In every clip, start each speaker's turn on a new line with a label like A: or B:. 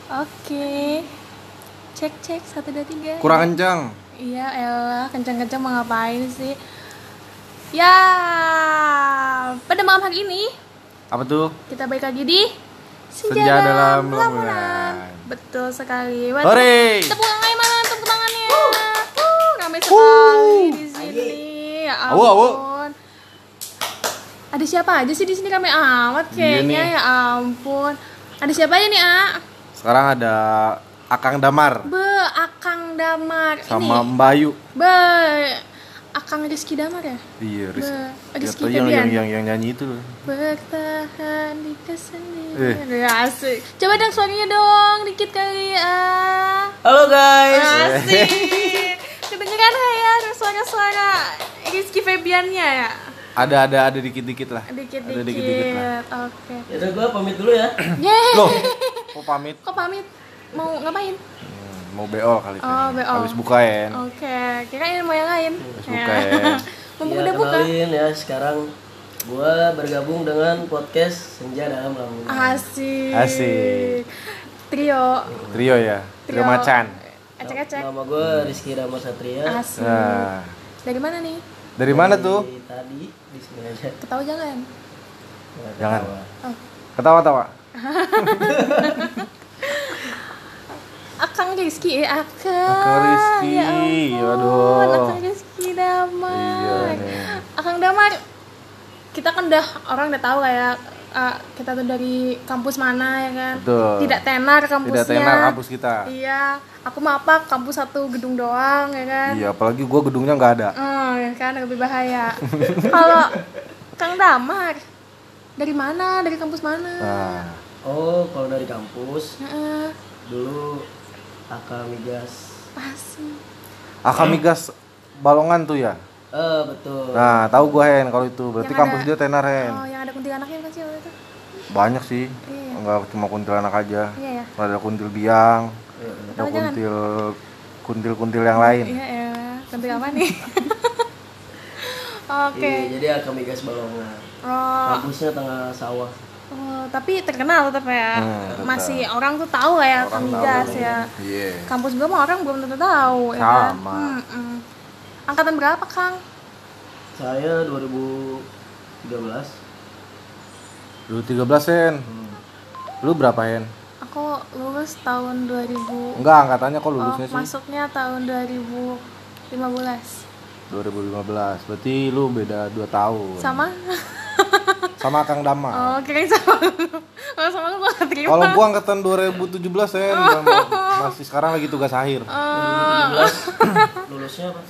A: Oke. Cek 1 2 3.
B: Kurang kencang.
A: Iya, elah, kencang-kencang mau ngapain sih? Ya, pada malam hari ini
B: Apa tuh?
A: kita balik lagi di
B: Senja dalam Lamunan.
A: Betul sekali.
B: Hore!
A: Tepuk tangannya, tepuk tangannya. Ramai sekali di sini. Ya
B: Awu, awu.
A: ampun. Ada siapa aja sih di sini, ramai amat kayaknya.
B: Iya nih.
A: Ya ampun. Ada siapa aja nih, A?
B: Sekarang ada Akang Damar
A: Akang Damar.
B: sama Mbayu.
A: Akang Rizky Damar ya?
B: Iya,
A: Rizky
B: yang
A: Febian.
B: nyanyi itu loh.
A: Bertahan di kesenian. Asik. Coba dong suaranya dong, dikit kali ya.
C: Halo guys.
A: Asik. Kedengeran ya suara-suara Rizky Febiannya ya?
B: Ada dikit-dikit lah.
A: Dikit-dikit.
B: Ada dikit-dikit lah.
A: Oke.
C: Yaudah gue pamit dulu ya.
A: Yeay.
B: Loh, kok pamit?
A: Kok pamit? Mau ngapain?
B: Mau BO kali kan.
A: Oh, BO.
B: Habis bukain.
A: Oke, kirain mau yang lain.
B: Habis bukain.
A: Mumpung
C: Ya,
A: udah buka.
C: kenalin ya, sekarang gue bergabung dengan podcast Senja dalam Lamunan.
A: Asik. Trio.
B: Trio ya. Trio Macan.
A: Ecek-ecek.
C: Nama gue Rizky Rama Satria.
A: Asik.
B: Nah,
A: Dari mana nih?
B: dari mana tuh?
C: Tadi di sini aja.
A: Ketawa jangan.
C: Nggak
B: Jangan.
C: ketawa.
A: Oh.
B: Ketawa-tawa.
A: Akang Rizky, Akang.
B: Akang Rizky,
A: Ya ampun,
B: waduh.
A: Akang Rizky Damar.
B: Iya nih.
A: Akang Damar, kita kan orang udah tahu kayak kita tuh dari kampus mana ya kan.
B: Betul.
A: Tidak tenar kampusnya.
B: Tidak tenar kampus kita.
A: Iya, aku mah apa kampus satu gedung doang ya kan.
B: Iya, apalagi gua gedungnya nggak ada.
A: Ya kan lebih bahaya. Kalau Kang Damar dari mana? Dari kampus mana?
B: Nah,
C: Oh, kalau dari kampus
A: Heeh.
C: dulu Aka Migas.
A: Asik.
B: Akamigas Balongan tuh ya.
C: Betul.
B: Nah, tahu gua Hen kalau itu. Berarti
A: Yang
B: kampus
A: ada-
B: dia tenar Hen.
A: Oh, yang ada kuntilanaknya kan sih waktu itu?
B: Banyak sih.
A: Iya.
B: Enggak cuma kuntilanak aja.
A: Iya ya.
B: Ada kuntil biang, ada
A: Tahu jangan.
B: kuntil yang lain.
A: Iya ya. Kuntil apa nih? Oke.
C: Iya, jadi Aka Migas Balongan.
A: Oh,
C: Kampusnya tengah sawah.
A: tapi terkenal tetap ya.
B: Tetap.
A: Masih orang tuh tahu lah ya
B: Orang
A: Kamigas
B: tahu.
A: ya.
B: Iya.
A: Kampus gua mah orang belum tentu tahu ya. kan?
B: Sama.
A: Angkatan berapa, Kang?
C: Saya 2013.
B: Lu 13 Hen. Lu berapa Hen?
A: Aku lulus tahun 2000.
B: Enggak, angkatannya kok lulusnya sih?
A: Masuknya tahun 2015.
B: 2015. Berarti lu beda 2 tahun. Sama Kang Damar.
A: Oh, kirain sama lu. Kalau sama lu gua nggak terima.
B: Kalau gua angkatan 2017 Hen, masih sekarang lagi tugas akhir.
C: 2017 lulusnya apa?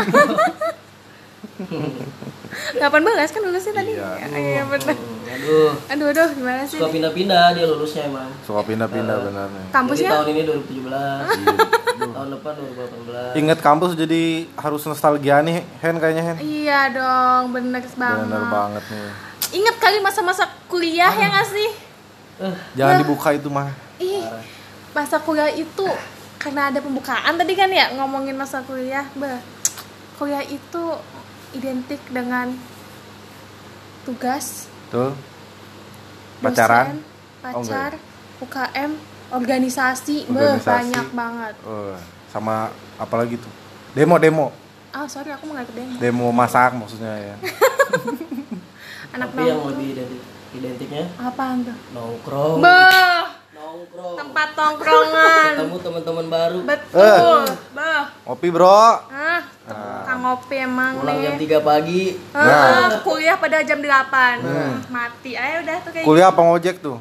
A: 18 kan lulusnya tadi.
B: Iya.
A: Iya benar.
C: Aduh,
A: Gimana sih?
C: suka pindah-pindah dia lulusnya emang.
B: Suka pindah-pindah benar nih.
C: Jadi
A: Kampusnya?
C: tahun ini 2017, tahun depan 2018.
B: Ingat kampus jadi harus nostalgia nih Hen kayaknya Hen.
A: Iya dong, bener banget.
B: Bener banget nih.
A: Ingat kali masa-masa kuliah ya nggak sih?
B: Jangan
A: Ya.
B: dibuka itu mah.
A: Ih, masa kuliah itu karena ada pembukaan tadi kan ya ngomongin masa kuliah. Kuliah itu identik dengan tugas,
B: Tuh.
A: dosen,
B: Pacaran. Oh,
A: pacar,
B: enggak
A: UKM, organisasi,
B: Organisasi.
A: banyak banget.
B: Sama apalagi tuh? Demo.
A: Sorry aku mau nggak ikut demo.
B: Demo masak maksudnya ya.
A: Anak
C: Tapi yang
A: nongkrong.
C: lebih identiknya
A: Apaan tuh?
C: nongkrong. Nongkrong.
A: Tempat tongkrongan.
C: Ketemu teman-teman baru.
A: Betul.
B: Ngopi bro.
A: Kang ngopi emang
C: Pulang jam
A: nih.
C: 3 pagi.
A: Kuliah pada jam 8. Mati. Ayo udah tuh kayak
B: Kuliah apa ngojek tuh?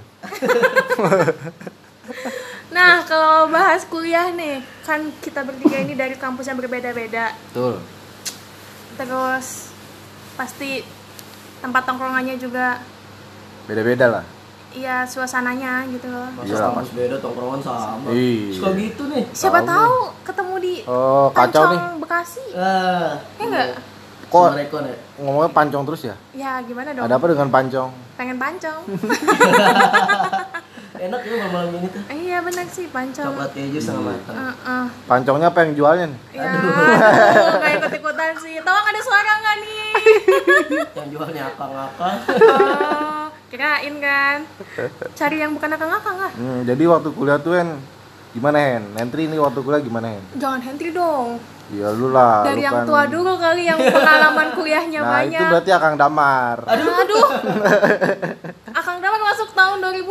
A: Nah, kalau bahas kuliah nih, kan kita bertiga ini dari kampus yang berbeda-beda.
B: Betul.
A: Terus pasti tempat tongkrongannya juga
B: Beda-beda lah.
A: iya suasananya gitu loh.
C: Masa
B: Iya,
C: kampus beda tongkrongan sama.
B: Iya.
C: Suka gitu nih.
A: Siapa
B: Tahu
A: tahu ketemu di
B: Oh, kacau
A: Pancong
B: nih.
A: Bekasi.
C: Ah,
A: Ya enggak?
B: Kok
C: Rekon ya?
B: ngomongnya pancong terus ya?
A: Ya gimana dong?
B: Ada apa dengan pancong?
A: Pengen pancong.
C: Enak ya malam ini tuh.
A: Iya benar sih pancong.
C: Coklat keju setengah matang.
B: Pancongnya apa yang jualnya nih?
A: Ya, aduh, nggak ikut-ikutan sih. Tolong ada suara nggak nih?
C: Yang jualnya akang-akang.
A: Oh, kirain kan. Cari yang bukan akang-akang lah.
B: Jadi waktu kuliah tuh Hen, gimana Hen? Entry ini waktu kuliah gimana Hen?
A: Jangan entry dong.
B: Iya lu lah.
A: Dari
B: lu
A: yang
B: kan...
A: tua dulu kali yang pengalaman kuliahnya
B: nah,
A: banyak.
B: Nah itu berarti Akang Damar.
A: Aduh. Akang Damar masuk tahun 2000?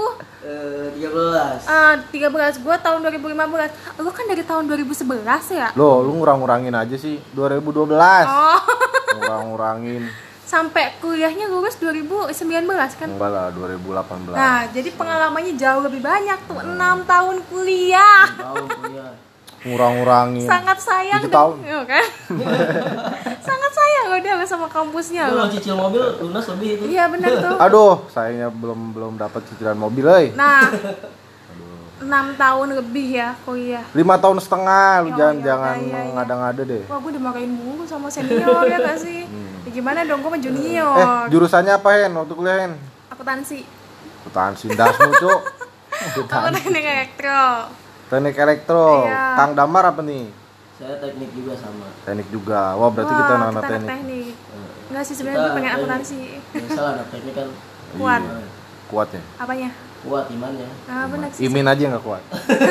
A: 13. Gue tahun 2015. Lu kan dari tahun 2011 ya?
B: Loh, lu ngurang-ngurangin aja sih. 2012.
A: Oh.
B: Ngurang-ngurangin.
A: Sampai kuliahnya lulus 2019 kan?
B: Enggak lah, 2018.
A: Nah, jadi pengalamannya jauh lebih banyak tuh. 6 tahun kuliah.
C: 6 tahun kuliah.
B: Ngurang-ngurangin.
A: Sangat sayang
B: 7 tahun.
A: Kan? Sangat sayang udah sama kampusnya.
C: Lu cicil mobil lunas lebih itu.
A: Iya benar tuh.
B: Aduh, sayangnya belum dapat cicilan mobil, euy.
A: Nah, 6 tahun lebih ya kuliah.
B: 5 tahun setengah, lu
A: Oh,
B: jangan
A: iya.
B: ngada-ngada deh.
A: Wah, gue dimarahin mulu sama senior ya gak sih? Ya gimana dong, gue mah junior.
B: Jurusannya apa Hen waktu kuliah Hen?
A: Akuntansi.
B: Akuntansi dasmu, Cuk.
A: Aku teknik elektro.
B: Teknik elektro.
A: Iya.
B: Kang Damar apa nih?
C: Saya teknik juga sama.
B: Teknik juga. Wah, berarti kita anak
A: kita
B: teknik.
A: Enggak sih, sebenarnya gue pengen akuntansi.
C: Salah anak teknik kan
A: Kuat.
B: Iya. Kuat ya?
A: Apanya?
C: kuat imannya.
A: Ah, benar sih.
B: Imin aja nggak kuat.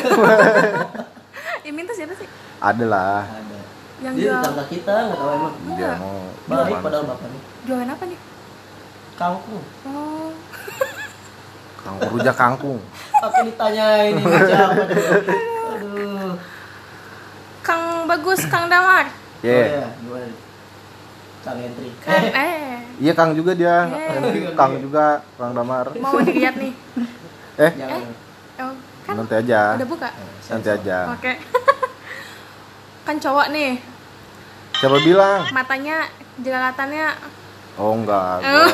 A: Imin tuh siapa sih?
B: Ada lah.
C: Ada.
A: Yang
C: Dia
A: jual
C: tetangga kita nggak tahu emang.
B: Dia mau
C: Baik
B: gimana
C: padahal
B: sih?
C: bapaknya.
A: jualan apa nih?
C: Kangkung.
A: Oh.
B: Kangkung, rujak kangkung.
C: Apa ditanyain ini macam apa dulu? Aduh.
A: Kang Bagus, Kang Damar.
B: Ye.
C: Oh, ya, gimana? Kang Entry.
A: Kan
B: Iya Kang juga dia.
A: Yeah.
B: Nanti Kang juga, Kang Damar.
A: mau dilihat nih.
C: Jangan.
A: Oh, kan
B: Nanti aja.
A: udah buka.
B: Nanti aja.
A: Oke. Kan cowok nih,
B: Siapa bilang?
A: matanya jelatannya
B: Oh enggak. Gua...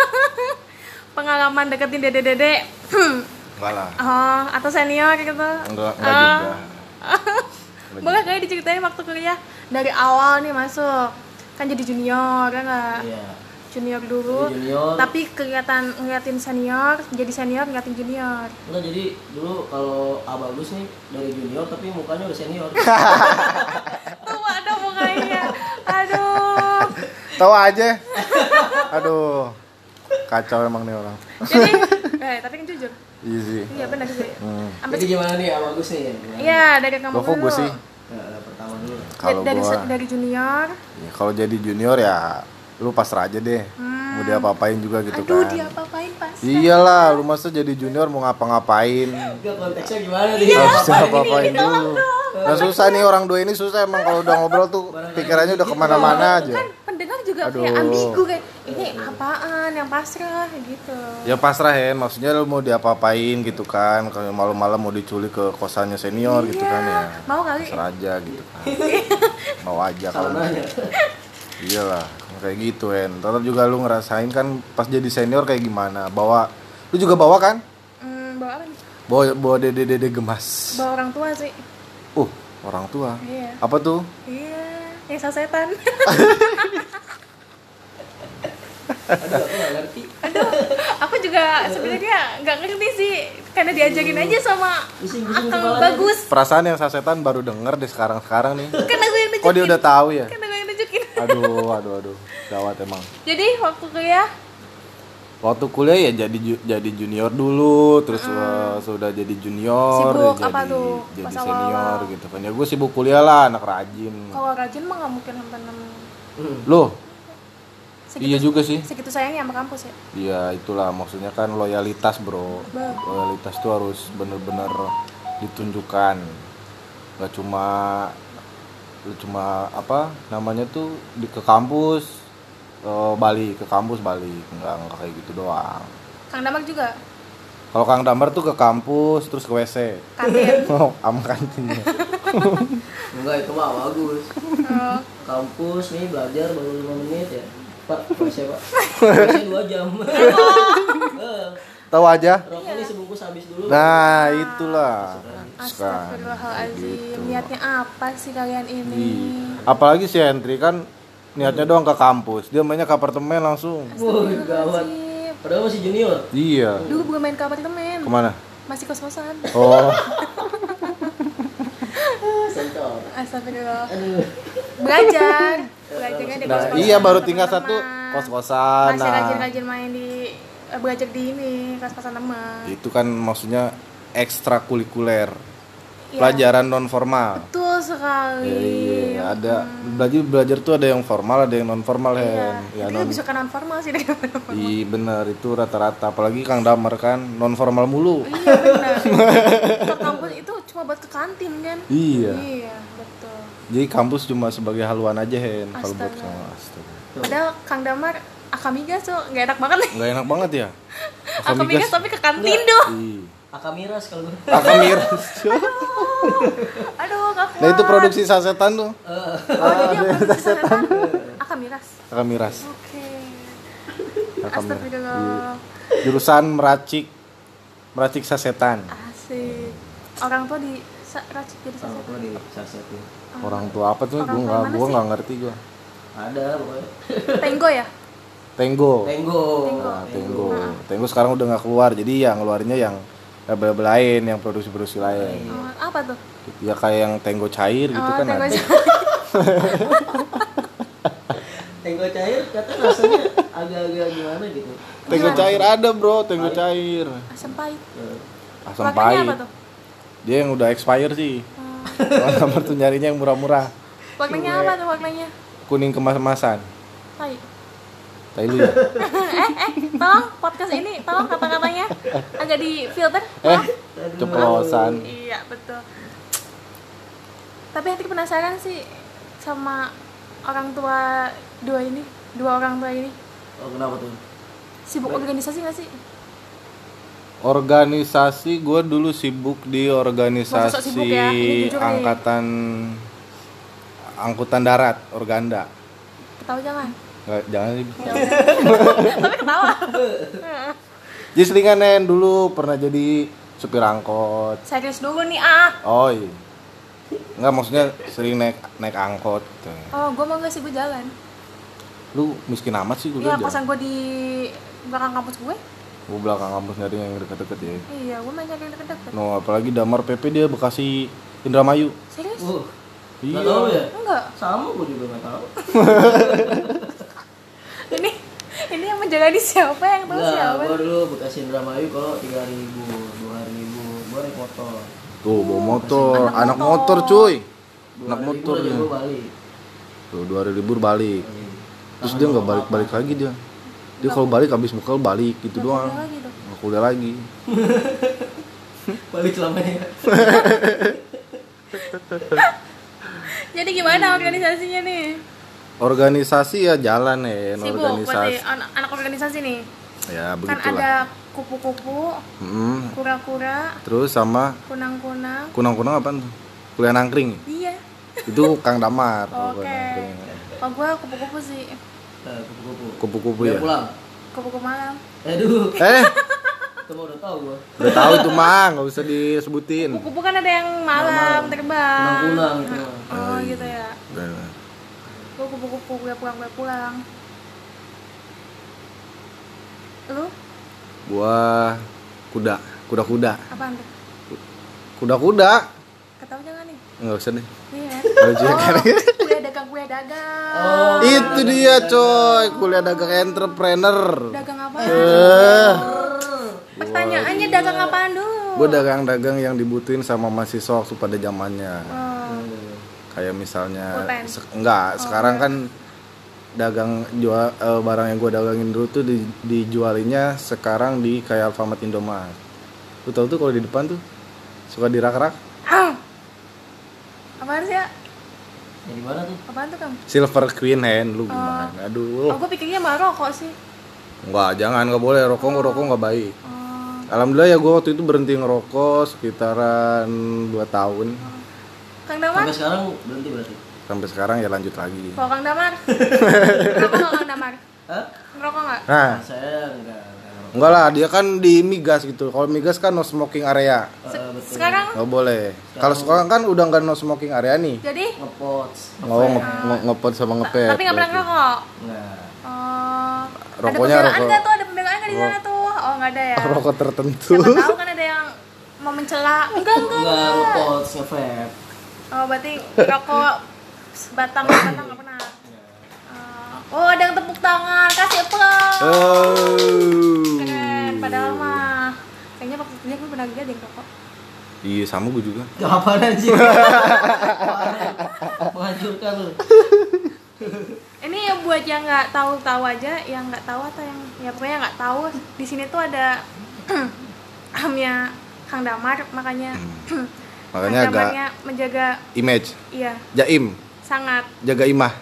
A: pengalaman deketin dede-dede.
B: Enggak lah.
A: Oh, atau senior gitu.
B: Enggak juga.
A: Boleh kali diceritain waktu kuliah dari awal nih masuk. Kan jadi junior, kan enggak?
C: Iya.
A: Junior dulu.
C: Jadi junior.
A: Tapi ngeliatin senior, jadi senior ngeliatin junior.
C: Enggak, jadi dulu kalau Bagus nih dari junior tapi mukanya udah senior.
A: Tua dong mukanya. Aduh.
B: Tahu aja. Aduh. Kacau emang nih orang.
A: Jadi, tapi kan jujur.
B: Iya sih.
A: Iya benar sih. Sampai
C: Jadi gimana nih Bagus nih? Gimana?
A: iya dari kamu
B: Loh, kok
A: dulu.
B: gue sih?
C: Nah, pertama dulu.
B: Kalau
A: dari junior.
B: ya, kalau jadi junior ya lu pasrah aja deh. Mau diapa-apain juga gitu
A: Aduh,
B: kan.
A: dia apa-apain pas.
B: Iyalah, lu masa jadi junior mau ngapa-ngapain?
C: Enggak, konteksnya gimana nih?
A: Iya,
B: Harus apa-apain
A: ini
B: dulu. Nah susah nih orang dua ini susah emang kalau udah ngobrol tuh pikirannya udah kemana-mana aja.
A: Kan pendengar juga
B: Aduh.
A: kayak ambigu kayak ini apaan yang pasrah gitu.
B: Ya pasrah ya, maksudnya lu mau diapa-apain gitu kan. Kalau malam-malam mau diculik ke kosannya senior gitu kan ya.
A: Mau kali?
B: Pasrah aja gitu kan. Mau aja kalau
C: Sananya.
B: iyalah kayak gitu kan. Tetap juga lu ngerasain kan pas jadi senior kayak gimana. Lu juga bawa kan?
A: Bawa apa nih?
B: Bawa dede-dede gemas.
A: Bawa orang tua sih.
B: Orang tua.
A: Iya.
B: Apa tuh?
A: Iya, yang sasetan.
C: Aduh, aku nggak ngerti.
A: Aduh, aku juga sebenarnya nggak ngerti sih karena diajakin aja sama
C: Pusing-pusing
A: Akang
C: kepalanya.
A: Bagus.
B: Perasaan yang sasetan baru denger deh sekarang nih.
A: Karena gue yang nunjukin.
B: Oh dia udah tahu ya?
A: Karena gue yang nunjukin.
B: Aduh. Gawat emang.
A: Jadi waktu kuliah
B: Waktu kuliah ya jadi junior dulu, terus sudah jadi junior,
A: sibuk
B: ya
A: apa
B: jadi,
A: tuh?
B: jadi
A: Pas
B: senior
A: awal-awal.
B: gitu kan. Ya gue sibuk kuliah lah, anak rajin.
A: kalau rajin mah nggak mungkin sampai 6
B: Loh,
A: segitu,
B: iya juga sih.
A: segitu sayangnya sama kampus ya.
B: Iya itulah maksudnya kan loyalitas bro.
A: Bah.
B: Loyalitas tuh harus bener-bener ditunjukkan. Gak cuma apa namanya tuh ke kampus. Balik ke kampus balik enggak kayak gitu doang.
A: Kang Damar juga
B: Kalau Kang Damar tuh ke kampus terus ke WC.
A: kantin.
B: Sama kantinnya.
C: Enggak, itu mah Bagus.
A: Oh,
C: Kampus nih belajar baru 5 menit ya. Pak, WC Pak. WC 2 jam.
B: Tahu aja.
C: Rokok nih sebungkus habis dulu.
B: Nah, itulah.
A: Astagfirullahaladzim,
B: Gitu.
A: niatnya apa sih kalian ini?
B: Iya. Apalagi si Hendri kan niatnya doang ke kampus. Dia mainnya ke apartemen langsung.
C: Wah, gawat. Padahal masih junior.
B: Iya.
A: Dulu bukan main ke apartemen,
B: Kemana?
A: masih kos-kosan.
B: Oh,
C: Sentol.
A: Astagfirullah.
C: Aduh.
A: Belajarnya di
B: nah
A: kos-kosan
B: iya baru
A: sama
B: tinggal
A: teman-teman.
B: satu kos-kosan.
A: Masih
B: Nah,
A: rajin-rajin main di belajar di ini kelas pasan teman.
B: Itu kan maksudnya ekstrakurikuler.
A: Iya.
B: Pelajaran non formal.
A: Betul sekali.
B: Iya, ada belajar tuh ada yang formal, ada yang non formal
A: Iya.
B: ya.
A: Itu lebih suka non formal sih daripada formal.
B: Iya bener, itu rata-rata. Apalagi Kang Damar kan non formal mulu.
A: Iya benar. Ke kampus itu cuma buat ke kantin kan?
B: Iya.
A: Iya betul.
B: Jadi kampus cuma sebagai haluan aja Hen. Kalau buat
A: Astaga.
B: astaga.
A: Padahal Kang Damar akamigas tuh nggak enak banget nih.
B: Nggak enak banget ya.
A: Akamigas tapi ke kantin
C: Nggak.
A: tuh.
B: Iya.
C: Akamiras kalau gue.
B: Akamiras.
A: Aduh nggak kuat.
B: Nah itu produksi sasetan tuh.
A: Oh jadi yang produksi sasetan akamiras.
B: Akamiras.
A: Oke.
B: Akamiras.
A: Astagfirullah.
B: Iya. Jurusan meracik sasetan.
A: Asik. Orang tua di racik jadi
C: Sama
A: sasetan.
C: gue di sasetin.
B: Orang tua apa tuh?
A: Orang tua mana
B: Gua
A: sih?
B: nggak ngerti gua.
C: Ada pokoknya.
A: Tenggo ya?
B: Tenggo.
C: Tenggo.
B: Nah, Tenggo sekarang udah nggak keluar. Jadi yang ngeluarinnya yang label lain, yang produksi lain.
A: Oh, apa tuh?
B: Ya kayak yang Tenggo cair gitu kan
A: Tenggo
B: ada.
C: Tenggo cair kata rasanya agak-agak gimana gitu.
B: Tenggo cair ada bro, Tenggo cair.
A: Asam pahit.
B: Asam
A: Warnanya
B: pahit.
A: apa tuh?
B: Dia yang udah expire sih. Nomor tuh nyarinya yang murah-murah.
A: Warnanya apa tuh warnanya?
B: Kuning kemas-kemasan.
A: Tai.
B: Tai lu ya?
A: Tolong podcast ini, tolong kata-katanya agak di filter.
B: Ceplosan.
A: Iya betul. Tapi hati penasaran sih sama orang tua dua orang tua ini.
C: Oh kenapa tuh?
A: Sibuk organisasi nggak sih?
B: Organisasi, gue dulu sibuk di
A: Masa sok
B: organisasi
A: sibuk ya? Ini jujur nih.
B: angkutan darat, Organda.
A: Ketawa jangan.
B: Nggak, jangan sih.
A: Ya udah. Tapi ketawa.
B: Jadi selinganen dulu pernah jadi supir angkot.
A: Serius dulu nih ah.
B: Oh iya. Enggak, maksudnya sering naik angkot gitu.
A: Oh, gue mau nggak sih gue jalan.
B: Lu miskin amat sih gue
A: Iya,
B: aja.
A: kosan gue di belakang kampus gue.
B: Gue belakang kampus nyari yang deket-deket ya.
A: Iya, gue main cari deket-deket.
B: No, apalagi Damar PP dia Bekasi Indramayu.
A: Serius?
B: Iya.
C: Nggak tahu ya?
A: Enggak.
C: Sama gue juga nggak tahu.
A: Ini yang menjalani siapa yang tahu
C: Enggak,
A: siapa?
C: gue dulu Bekasi Indramayu kalau 3.000, 2.000, gue naik motor.
B: Tuh, bawa motor, anak
A: motor.
B: motor cuy.
C: 2
B: Anak
C: hari
B: motor
C: libur aja
B: ya.
C: gue balik.
B: Tuh, 2 hari libur balik. Terus dia nggak balik-balik lagi dia. Dia kalau balik habis bekal balik gitu
A: Nggak
B: doang.
A: kuliah lagi dong.
B: Nggak kuliah lagi.
C: Balik selamanya.
A: Jadi gimana organisasinya nih?
B: Organisasi ya jalan ya,
A: Sibuk berarti
B: organisasi.
A: anak organisasi nih.
B: Ya
A: Kan
B: begitulah.
A: ada kupu-kupu, kura-kura,
B: Terus sama
A: kunang-kunang.
B: kunang-kunang apaan tuh? Kuliah nangkring.
A: Iya.
B: Itu Kang Damar.
A: Oke.
B: Kuliah nangkring.
A: Oh, gue kupu-kupu sih.
C: Kupu-kupu.
B: Kupu-kupu
C: Udah
B: ya.
C: pulang.
A: Kupu-kupu malam.
C: Aduh,
B: Itu
C: mah udah tahu gue.
B: udah tahu itu mah, nggak usah disebutin.
A: Kupu-kupu kan ada yang malam terbang.
C: Kunang-kunang itu.
A: Oh, gitu ya.
B: Udah.
A: Gue kupu-kupu gue pulang. Lu
B: Gua kuda.
A: apaan tuh?
B: Kuda.
A: Ketahu jangan nih.
B: Nggak usah deh.
A: Iya.
B: Lucu kan?
A: Kuliah dagang.
C: Oh.
B: Itu dia coy, kuliah dagang entrepreneur.
A: Dagang apa?
B: Eh.
A: Pertanyaannya dagang apaan dulu?
B: Gue dagang-dagang yang dibutuhin sama mahasiswa waktu pada zamannya.
A: Oh,
B: Kayak misalnya
A: Pulpen.
B: sekarang kan dagang jual barang yang gue dagangin dulu tuh dijualinya sekarang di kayak Alfamart Indomaret. Lu tau tuh kalau di depan tuh suka dirak-rak
A: apaan sih ya?
C: Yang di mana tuh?
A: Apaan tuh Kang?
B: Silver Queen Hand lu gimana? Aduh.
A: Oh, gue pikirnya mah rokok sih.
B: Enggak, jangan, nggak boleh rokok nggak baik.
A: Oh,
B: Alhamdulillah ya gue waktu itu berhenti ngerokok sekitaran 2 tahun.
A: Kang Damar?
C: Sampai sekarang berhenti berarti.
B: Sampai sekarang ya lanjut lagi.
A: Kalau Kang Damar? Ngerokok nggak Kang Damar?
C: Hah?
A: Ngerokok nggak?
B: Nah,
C: Saya enggak.
B: enggak lah, dia kan di migas gitu. Kalau migas kan no smoking area.
C: Betul.
A: Sekarang?
B: Nggak boleh. Kalau sekarang kan udah nggak no smoking area nih.
A: Jadi?
C: Ngepots.
B: Ngepot sama ngepet.
A: Tapi nggak pernah ngerokok?
C: Enggak.
A: Oh,
B: Rokoknya
A: ada pembelaan
B: rokok.
A: nggak tuh? Ada pembelaan nggak di sana tuh? Oh, nggak ada ya?
B: Rokok tertentu.
A: Siapa tahu kan ada yang mau mencela. Enggak.
C: Enggak ngepots, nge-vape.
A: Oh, berarti rokok sebatang nggak pernah. Oh, ada yang tepuk tangan. Kasih applause.
B: Oh.
A: Keren. Padahal mah kayaknya waktu kuliah gue pernah lihat deh rokok.
B: Iya, sama gue juga.
C: Gak apa anjir. Menghancurkan lu.
A: Ini ya buat yang nggak tahu aja, yang nggak tahu atau yang ya pokoknya nggak tahu. Di sini tuh ada hamnya Kang Damar, makanya
B: Makanya
A: Kang
B: agak
A: Damarnya menjaga,
B: image.
A: iya,
B: Jaim,
A: sangat
B: jaga imah,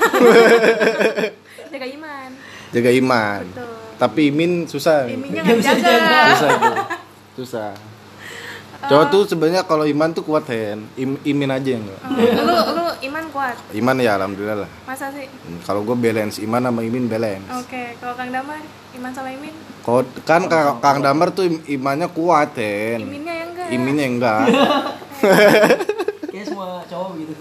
A: jaga iman.
B: jaga iman.
A: Betul.
B: Tapi imin susah.
A: Iminnya
C: Nggak
A: nggak
C: bisa
A: jaga.
C: jaga.
B: Susah tuh. Susah. Cowok tuh sebenarnya kalau iman tuh kuat Hen. Imin aja enggak.
A: Lu iman kuat.
B: Iman ya alhamdulillah lah.
A: Masa sih?
B: Kalau gue balance iman sama imin balance.
A: Oke, kalau Kang Damar iman sama imin,
B: Kalau kan Kang Damar tuh imannya kuat Hen.
A: iminnya yang enggak.
B: Iminnya enggak.
C: Kayak semua cowok gitu.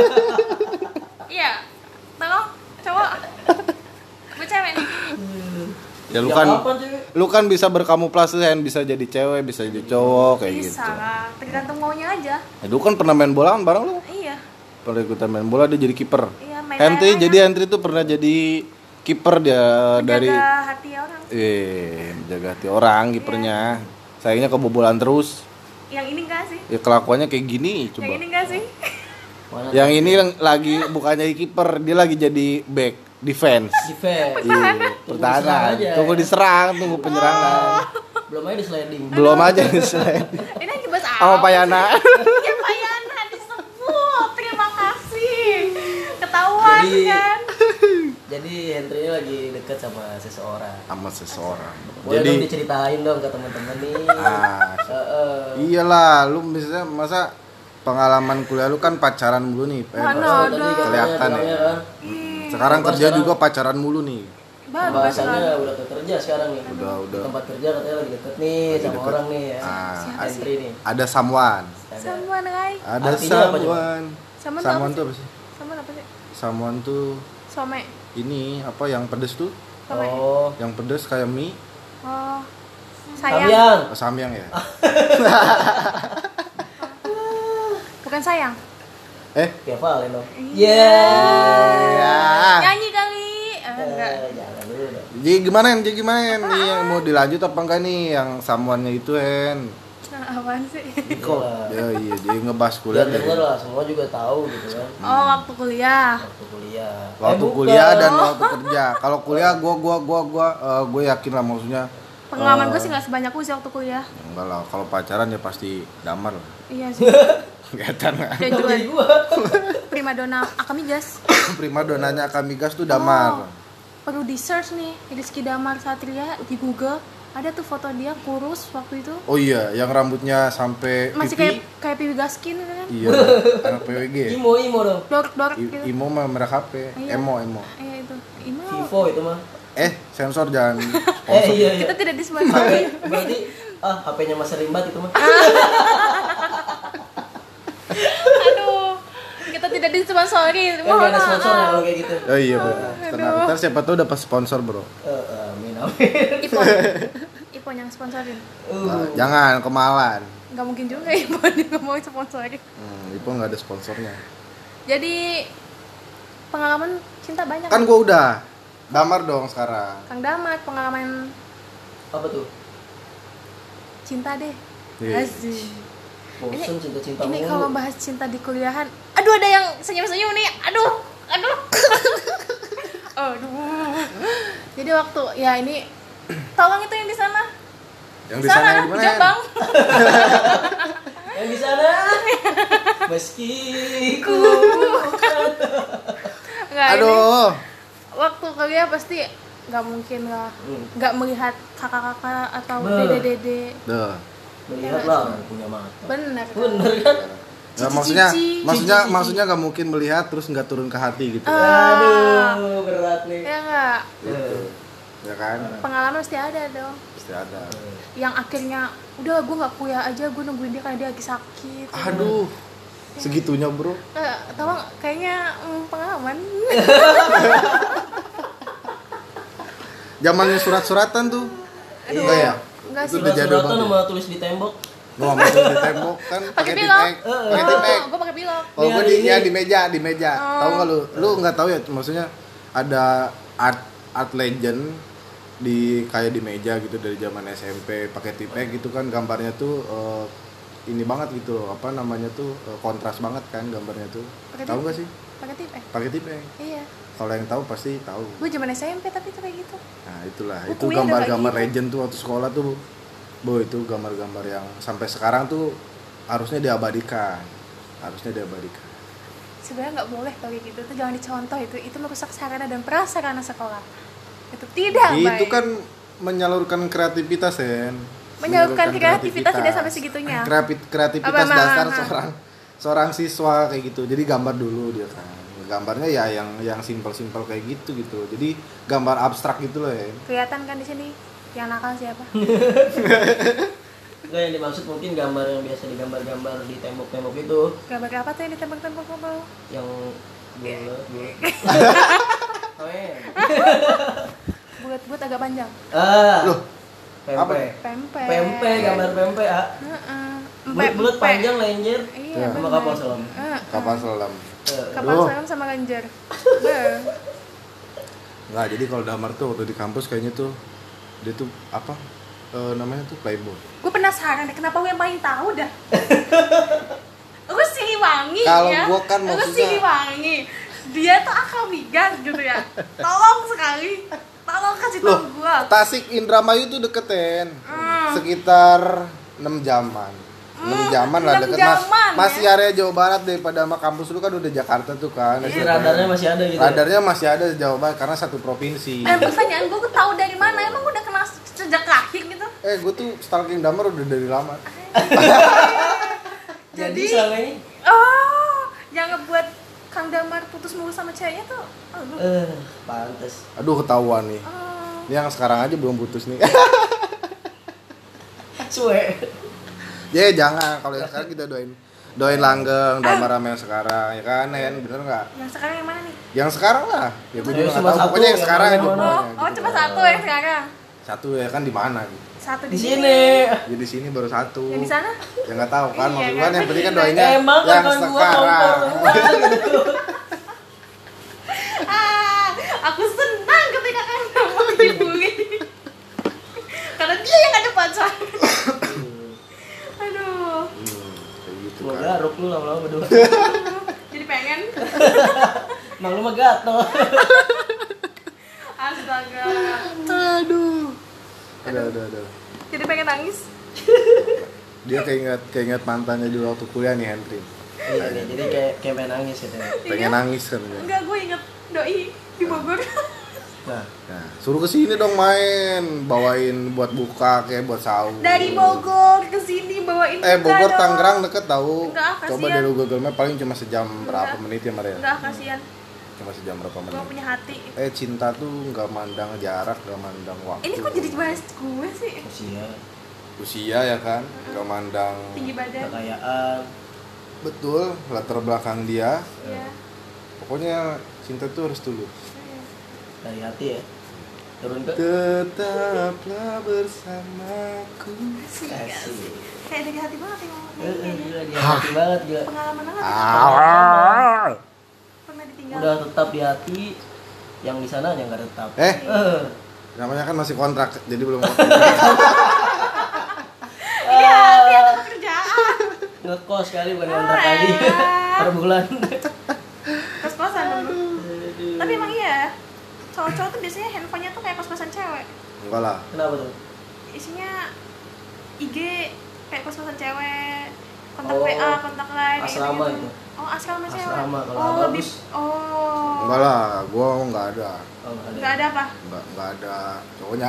A: Iya. Tolong cowok. Gue cewek nih.
B: Ya lu
C: Ya,
B: kan
C: kapan, cewek?
B: lu kan bisa berkamuflase Hen, bisa jadi cewek, bisa jadi cowok kayak
A: Bisa
B: gitu.
A: lah, tergantung maunya aja.
B: Ya, lu kan pernah main bola kan bareng lu.
A: Iya.
B: Pernah ikutan main bola dia jadi kiper.
A: Iya, main
B: Henry
A: layang-layang.
B: jadi Henry tuh pernah jadi kiper dia dari
A: Menjaga hati orang.
B: menjaga hati orang kipernya. Sayangnya kebobolan terus.
A: Yang ini enggak sih?
B: Ya kelakuannya kayak gini coba.
A: Yang ini enggak sih?
C: Mana
B: Yang ini lagi bukannya kiper, dia lagi jadi back defense.
C: defense.
B: Iya, pertahanan.
C: aja.
B: Tunggu diserang, tunggu penyerangan.
C: Belum aja di sliding.
B: Belum aja nih selain
A: Ini lagi bahas
B: sama
A: apa?
B: Payana.
A: Ya Payana disebut. Terima kasih. Ketahuan
C: Jadi-
A: kan?
C: Jadi Henry ini lagi deket sama seseorang.
B: Sama seseorang.
C: Boleh dong
B: Jadi
C: diceritain dong ke teman-teman nih.
B: iyalah, lu misalnya masa pengalaman kuliah lu kan pacaran mulu nih.
A: Mana
C: Tadi
A: ada.
C: katanya
B: Kelihatan ya.
C: bilangnya kan,
B: Sekarang
C: Apa
B: kerja
C: sekarang?
B: juga pacaran mulu nih.
A: Bagus
C: pembahasannya
A: sekali.
C: udah ke kerja sekarang nih.
B: Udah.
C: Di tempat kerja katanya lagi deket nih sama
B: deket.
C: orang nih ya.
B: Ah,
C: Henry nih.
B: ada someone.
C: Ada.
A: Sama Rai.
B: Ada
C: Artinya apa, coba?
B: someone.
A: Sama tuh
B: Someone
A: apa
B: tuh apa sih?
A: Sama apa sih?
B: Someone tuh
A: Some.
B: ini apa yang pedes tuh?
A: Some.
C: Oh,
B: Yang pedes kayak mie.
A: Oh. Sayang.
C: Samyang.
B: Oh, samyang ya?
A: Bukan sayang.
C: Kayak Valen dong.
A: Iya.
B: Ya.
A: Nyanyi kali. Enggak.
C: Jangan dulu dong.
B: Jadi gimana Hen? Jadi gimana Hen? Nih yang mau dilanjut apa enggak nih yang someone-nya itu Hen?
A: Nah, apaan sih?
B: Kok? Ya iya, dia ngebahas
C: Biar
B: kuliah
C: denger
B: dari
C: lah, semua juga tahu gitu kan.
A: Oh, waktu kuliah.
C: Waktu kuliah.
B: waktu
C: bukan.
B: kuliah dan waktu kerja. Kalau kuliah gue yakin lah maksudnya.
A: Pengalaman gue sih nggak sebanyak lu sih waktu kuliah.
B: Enggak lah, kalau pacaran ya pasti damar lah.
A: Iya sih.
B: Kelihatan kan?
A: Dan
C: Kenapa
A: juga
C: jadi gua?
A: primadona Akamigas.
B: Prima donanya Akamigas tuh damar.
A: Perlu di search nih Rizky Damar Satria di Google. Ada tuh foto dia kurus waktu itu.
B: Oh iya, yang rambutnya sampai
A: Masih
B: pipi.
A: kayak Piwi Gaskin gitu kan.
B: Iya, anak PWG.
C: Imo dong.
A: Dork gitu.
B: Imo mah merah HP,
A: Iya.
B: emo.
A: Iya itu. Ini
C: Vivo itu mah.
B: Sensor jangan.
C: Iya.
A: kita tidak
C: HP
A: disponsori.
C: berarti HP-nya Mas Rimbat itu mah.
A: Aduh. Kita tidak disponsori.
C: Kan gak ada sponsor ya kalau kayak gitu.
B: Oh iya, benar. Tenang, ntar siapa tahu dapat sponsor, Bro.
C: Amin.
A: Ipon yang sponsorin.
B: Nah, jangan kemalan.
A: Nggak mungkin juga Ipon yang mau sponsorin.
B: Itu nggak ada sponsornya.
A: Jadi pengalaman cinta banyak.
B: Kan gua udah. Damar dong sekarang.
A: Kang Damar pengalaman
C: Apa tuh?
A: cinta deh.
B: Iya.
A: Asik.
C: Bosen cinta-cinta
A: Ini
C: mulu.
A: kalau bahas cinta di kuliahan, aduh ada yang senyum-senyum nih, aduh. Aduh. Jadi waktu ya ini, tolong itu yang di sana.
B: Yang di sana yang di mana?
A: di Jombang.
C: Yang di sana. Meski ku
A: Enggak, ini
B: Aduh.
A: waktu kuliah pasti nggak mungkin lah, nggak melihat kakak-kakak atau
C: Beuh.
A: dede-dede.
B: Duh.
C: melihat lah orang punya mata.
A: Bener.
C: Bener kan?
B: Nggak, maksudnya
A: Cici.
B: maksudnya nggak mungkin melihat terus nggak turun ke hati gitu.
C: Aduh, berat nih.
A: Ya nggak,
B: Gitu. Ya kan?
A: pengalaman pasti ada dong.
B: Pasti ada.
A: Yang akhirnya udah gue nggak kuliah aja, gue nungguin dia karena dia lagi sakit.
B: Aduh. Segitunya, Bro.
A: Tolong kayaknya pengalaman.
B: Zamannya surat-suratan tuh. Enggak ya?
A: Enggak
B: Itu
A: sih.
B: udah jadul
C: Surat-suratan
B: banget.
C: sama tulis di tembok.
B: Gua nggak mau di tembok kan pakai
A: pilok.
B: tipek. Pakai tipek.
A: Gue pakai pilok.
B: Oh, gua
C: Hari
B: di
C: ini.
B: ya di meja. Tahu nggak lu? Lu nggak tahu ya maksudnya ada art legend di kayak di meja gitu dari zaman SMP pakai tipek gitu kan, gambarnya tuh ini banget gitu loh, apa namanya tuh kontras banget kan gambarnya tuh. Tahu nggak sih?
A: Pakai tip
B: Pakai tipek.
A: Iya.
B: Kalau yang tahu pasti tahu.
A: Gue zaman SMP tapi tuh kayak gitu.
B: Nah itulah, itu
A: Bukunya udah
B: gambar-gambar
A: kayak
B: legend tuh waktu sekolah tuh. Itu gambar-gambar yang sampai sekarang tuh harusnya diabadikan.
A: Sebenarnya nggak boleh kalau kayak gitu, tuh jangan dicontoh, itu merusak sarana dan prasarana sekolah. Itu tidak baik.
B: Itu kan menyalurkan kreativitas, Sen.
A: Menyalurkan kreativitas tidak sampai segitunya.
B: Kreativitas dasar seorang siswa kayak gitu. Jadi gambar dulu dia kan. Gambarnya ya yang simpel-simpel kayak gitu. Jadi gambar abstrak gitu loh ya.
A: Kelihatan kan di sini yang nakal siapa?
C: Enggak, yang dimaksud mungkin gambar yang biasa digambar-gambar di tembok-tembok itu.
A: Gambar apa tuh yang ditembak-tembak ke bawah?
C: Yang bulat.
A: Bulat-bulat agak panjang.
B: Loh,
C: Pempe, gambar pempe, bulat panjang lenjer.
A: Iya,
C: sama
A: bener.
C: kapal selam.
B: Kapal selam.
A: Kapal selam sama Ranger.
B: Nggak, jadi kalau Damar tuh waktu di kampus kayaknya tuh dia tuh apa namanya tuh playboy.
A: Gue penasaran deh kenapa gue yang paling tahu dah. Gue Siliwangi
B: Kalau
A: ya.
B: gue kan
A: Gue
B: maksudnya
A: Siliwangi. Dia tuh akal migas gitu ya. Tolong sekali. Tolong kasih
B: loh,
A: tahu gue.
B: Tasik Indramayu tuh deketin. Sekitar 6 jaman. 6 jaman lah
A: 6
B: deket
A: jaman,
B: masih
A: ya?
B: area Jawa Barat daripada sama kampus lu kan udah Jakarta tuh kan.
C: Jadi radarnya masih ada gitu.
B: Radarnya masih ada di Jawa Barat karena satu provinsi.
A: Pertanyaan gue tahu dari mana? Emang gue udah kenal sejak lahir gitu?
B: Gue tuh stalking Damar udah dari lama.
C: Jadi selama ini
A: yang ngebuat Kang Damar putus mulu sama ceweknya tuh lu.
C: pantes.
B: Aduh ketahuan nih. Ini yang sekarang aja belum putus nih.
C: Cuek.
B: Ya jangan, kalau yang sekarang kita doain langgeng Damar sama yang sekarang ya kan, Hen, bener nggak?
A: Yang sekarang yang mana nih?
B: Yang sekarang lah. Ya gue juga
C: Cuma
B: nggak tahu.
C: satu,
B: Pokoknya yang
C: yang
B: sekarang
C: mana,
B: aja.
C: yang mana?
B: pokoknya, gitu.
A: Cuma satu yang sekarang.
B: Satu ya kan di mana? Gitu.
A: Satu
C: Di sini.
B: Ya di sini baru satu.
A: Yang di sana?
B: Ya nggak tahu kan,
A: Iya,
B: maksud
A: kan?
B: kan yang penting kan doainnya
C: Emang
B: yang
C: kan gua
B: sekarang.
C: gitu.
A: Aku senang ketika Kang Damar dibully. Karena dia yang ada pacar. Aduh.
B: Kayak gitu
C: Gua
B: kan.
C: garuk lu lama-lama berdua.
A: Jadi pengen.
C: Emang lu mah gatel.
A: Astaga.
B: Aduh. Udah.
A: Jadi pengen nangis.
B: Dia keinget mantannya dulu waktu kuliah nih, Henry.
C: Iya, jadi kayak pengen nangis gitu ya.
B: Pengen nangis kan dia.
A: Enggak, gue inget doi di Bogor.
C: Nah,
B: Suruh kesini dong main, bawain buat buka kayak buat sahur.
A: Dari Bogor ke sini bawain buka
B: Bogor
A: dong.
B: Tangerang deket tahu.
A: Enggak,
B: Coba
A: kasihan.
B: dari Google Map paling cuma sejam berapa menit ya Maria?
A: Enggak, kasihan.
B: Cuma sejam berapa
A: Gue
B: menit.
A: punya hati.
B: Cinta tuh nggak mandang jarak, nggak mandang waktu.
A: Ini kok jadi bahas gue sih?
C: usia,
B: usia ya kan, nggak mandang.
A: Tinggi badan.
C: kekayaan,
B: Betul, latar belakang dia.
A: Iya.
B: Pokoknya cinta tuh harus tulus.
C: dari hati ya. Turun ke
B: Tetaplah bersamaku.
C: kasih.
A: Kayak dari hati banget yang ngomongnya.
C: Gila, dia hati banget gila.
A: Pengalaman banget. Pernah ditinggal.
C: Udah tetap di hati, yang di sana yang nggak tetap.
B: Namanya kan masih kontrak, jadi belum.
A: Iya, dia ada pekerjaan.
C: Ngekos kali bukan kontrak lagi per bulan.
A: Kos-kosan dulu. Tapi emang iya, cowok-cowok tuh biasanya handphonenya tuh kayak kos-kosan cewek.
B: Enggak lah.
C: Kenapa tuh?
A: Isinya IG kayak kos-kosan cewek, kontak
C: Oh,
A: WA, kontak line.
C: asrama
A: gitu.
C: itu.
A: Oh, asrama cewek.
C: Asrama, kalau
A: oh,
C: bagus.
B: Enggak lah, gua nggak ada.
C: Oh, nggak ada.
A: Nggak ada apa?
B: Nggak ada cowoknya.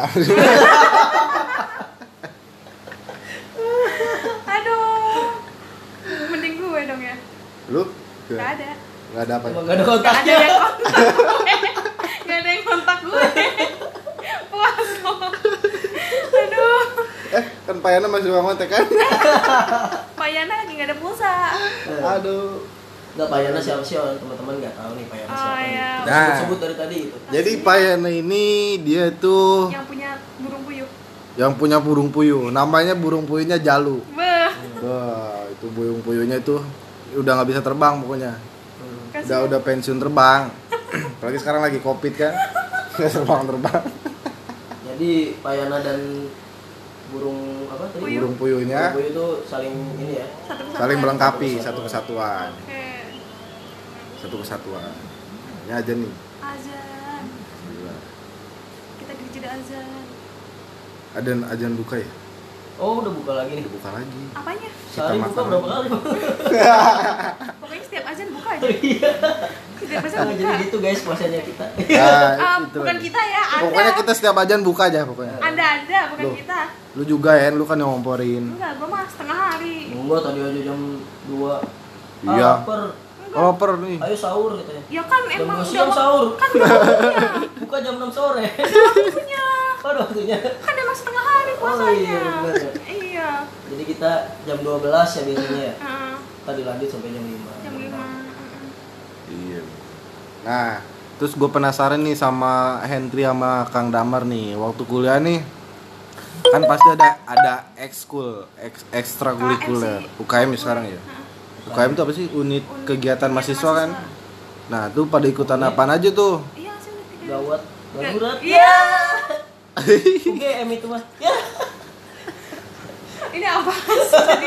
A: Aduh. Mending gue dong ya.
B: Lu?
A: Nggak ada.
B: Nggak ada apa?
C: Emang nggak ada
A: Nggak ada
C: kontaknya.
A: yang kontak gue. Nggak ada yang kontak gue. Puas loh. Aduh.
B: Kan Pak Yana masih uang kontak kan?
A: Pak Yana lagi nggak ada pulsa.
B: Aduh.
C: Nggak, Pak Yana siapa sih, orang teman-teman nggak tahu nih Pak Yana
A: Oh,
C: siapa.
A: iya.
C: Nih.
B: Nah.
C: Sebut dari tadi itu.
B: Jadi Pak Yana ini dia tuh
A: Yang punya burung puyuh.
B: yang punya burung puyuh. Namanya burung puyuhnya Jalu.
A: Beuh.
B: Wah, itu burung puyuhnya itu udah nggak bisa terbang pokoknya.
A: Kasihan.
B: Udah pensiun terbang. Apalagi sekarang lagi Covid kan. Nggak terbang.
C: Ya Jadi Payana dan burung apa tadi?
A: Puyuh.
B: Burung puyuhnya
C: Burung puyuh itu saling ini ya.
A: Satu kesatuan.
B: saling melengkapi, satu kesatuan.
A: Oke.
B: Satu kesatuan. Ini aja nih.
A: Azan.
B: Gila.
A: Kita di jeda azan.
B: Ada ajan buka ya?
C: Oh, udah buka lagi nih.
B: Udah buka lagi.
A: Apanya?
C: Sehari buka
B: makan
C: berapa
B: lagi.
C: kali?
A: Pokoknya setiap azan buka aja.
C: Iya.
A: Setiap azan
C: Nah,
A: buka.
C: jadi gitu guys puasanya kita.
B: Nah, itu
A: Bukan
B: lagi.
A: kita ya, Anda.
B: Pokoknya kita setiap ajan buka aja pokoknya.
A: Anda ada, bukan
B: Loh.
A: kita.
B: Lu juga ya, lu kan yang ngomporin.
A: Enggak, gua mah setengah hari.
C: Enggak, tadi aja jam 2.
B: Iya.
C: Lapar.
B: Oh, per nih.
C: Ayo sahur katanya.
A: Ya kan
C: Jam
A: emang
C: 2 siang
A: udah
C: sahur.
A: kan udah waktunya.
C: Buka jam 6 sore.
A: Waktunya.
C: Pada waktunya.
A: Kan emang setengah hari puasanya.
C: iya, bener ya.
A: Iya.
C: Jadi kita jam 12 ya biasanya ya.
A: Heeh.
C: Tadi lanjut sampai jam 5.
A: Jam 5.
B: Iya. Nah, terus gue penasaran nih sama Hendri sama Kang Damar nih. Waktu kuliah nih kan pasti ada ekskul, ekstrakurikuler. UKM sekarang ya. UKM itu apa sih? Unit kegiatan mahasiswa kan. Nah, tuh pada ikutan apaan aja tuh?
A: Iya, sih udah 3.
C: Gawat. Darurat.
A: Iya.
C: UGM itu mah. Ya.
A: Ini apa sih?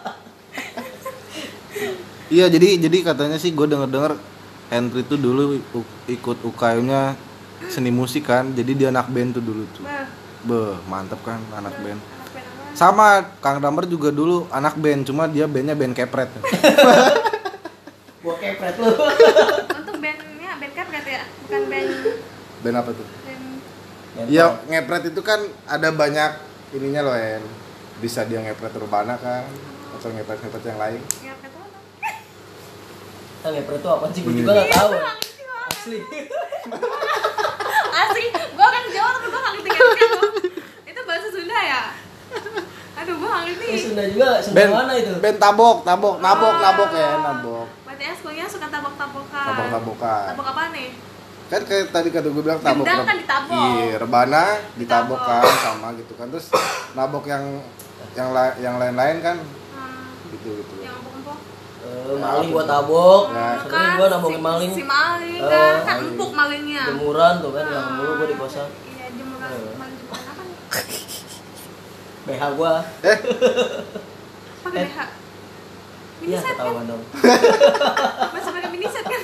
B: Iya, jadi katanya sih gue denger Hendri tuh dulu ikut UKM-nya seni musik kan. Jadi dia anak band tuh dulu tuh. Beh, mantep kan anak band. Sama Kang Damar juga dulu anak band, cuma dia bandnya band kepret.
C: Gua kepret lu.
A: Untuk bandnya band kepret ya, bukan band
B: Band apa tuh?
A: band
B: Iya, ngepret itu kan ada banyak ininya loh, En. Bisa dia ngepret urbana kan, atau ngepret yang lain.
A: ngepret apa?
C: Nah, ngepret itu apa sih? Gua juga enggak tahu. Asli.
A: Asli, gua kan Jawa tapi gua nggak ngerti ngepret tuh. Itu bahasa Sunda ya? Aduh, gua nggak ngerti.
C: Sunda juga, Sunda
B: Band
C: mana itu?
B: Band nabok ya, nabok.
A: Berarti sekolahnya suka tabok-tabokan.
B: Tabok-tabokan.
A: Tabok apa nih?
B: Kan kayak tadi kata gue bilang tabok.
A: Gendang kan ditabok.
B: Iya, rebana ditabok
A: Ditabok.
B: kan sama gitu kan. Terus nabok yang lain-lain kan gitu.
A: Yang empuk-empuk.
C: Maling gua tabok.
B: Nah,
C: Sering gua nabokin maling.
A: Si maling
C: Oh,
A: kan, kan
B: maling.
A: empuk malingnya.
C: Jemuran tuh kan, yang mulu gua di kosan.
A: Iya, jemuran. Maling jemuran apa nih?
C: BH gua.
A: Pakai BH.
C: Iya,
A: Miniset kan?
C: ketahuan dong.
A: Masa pakai miniset kan?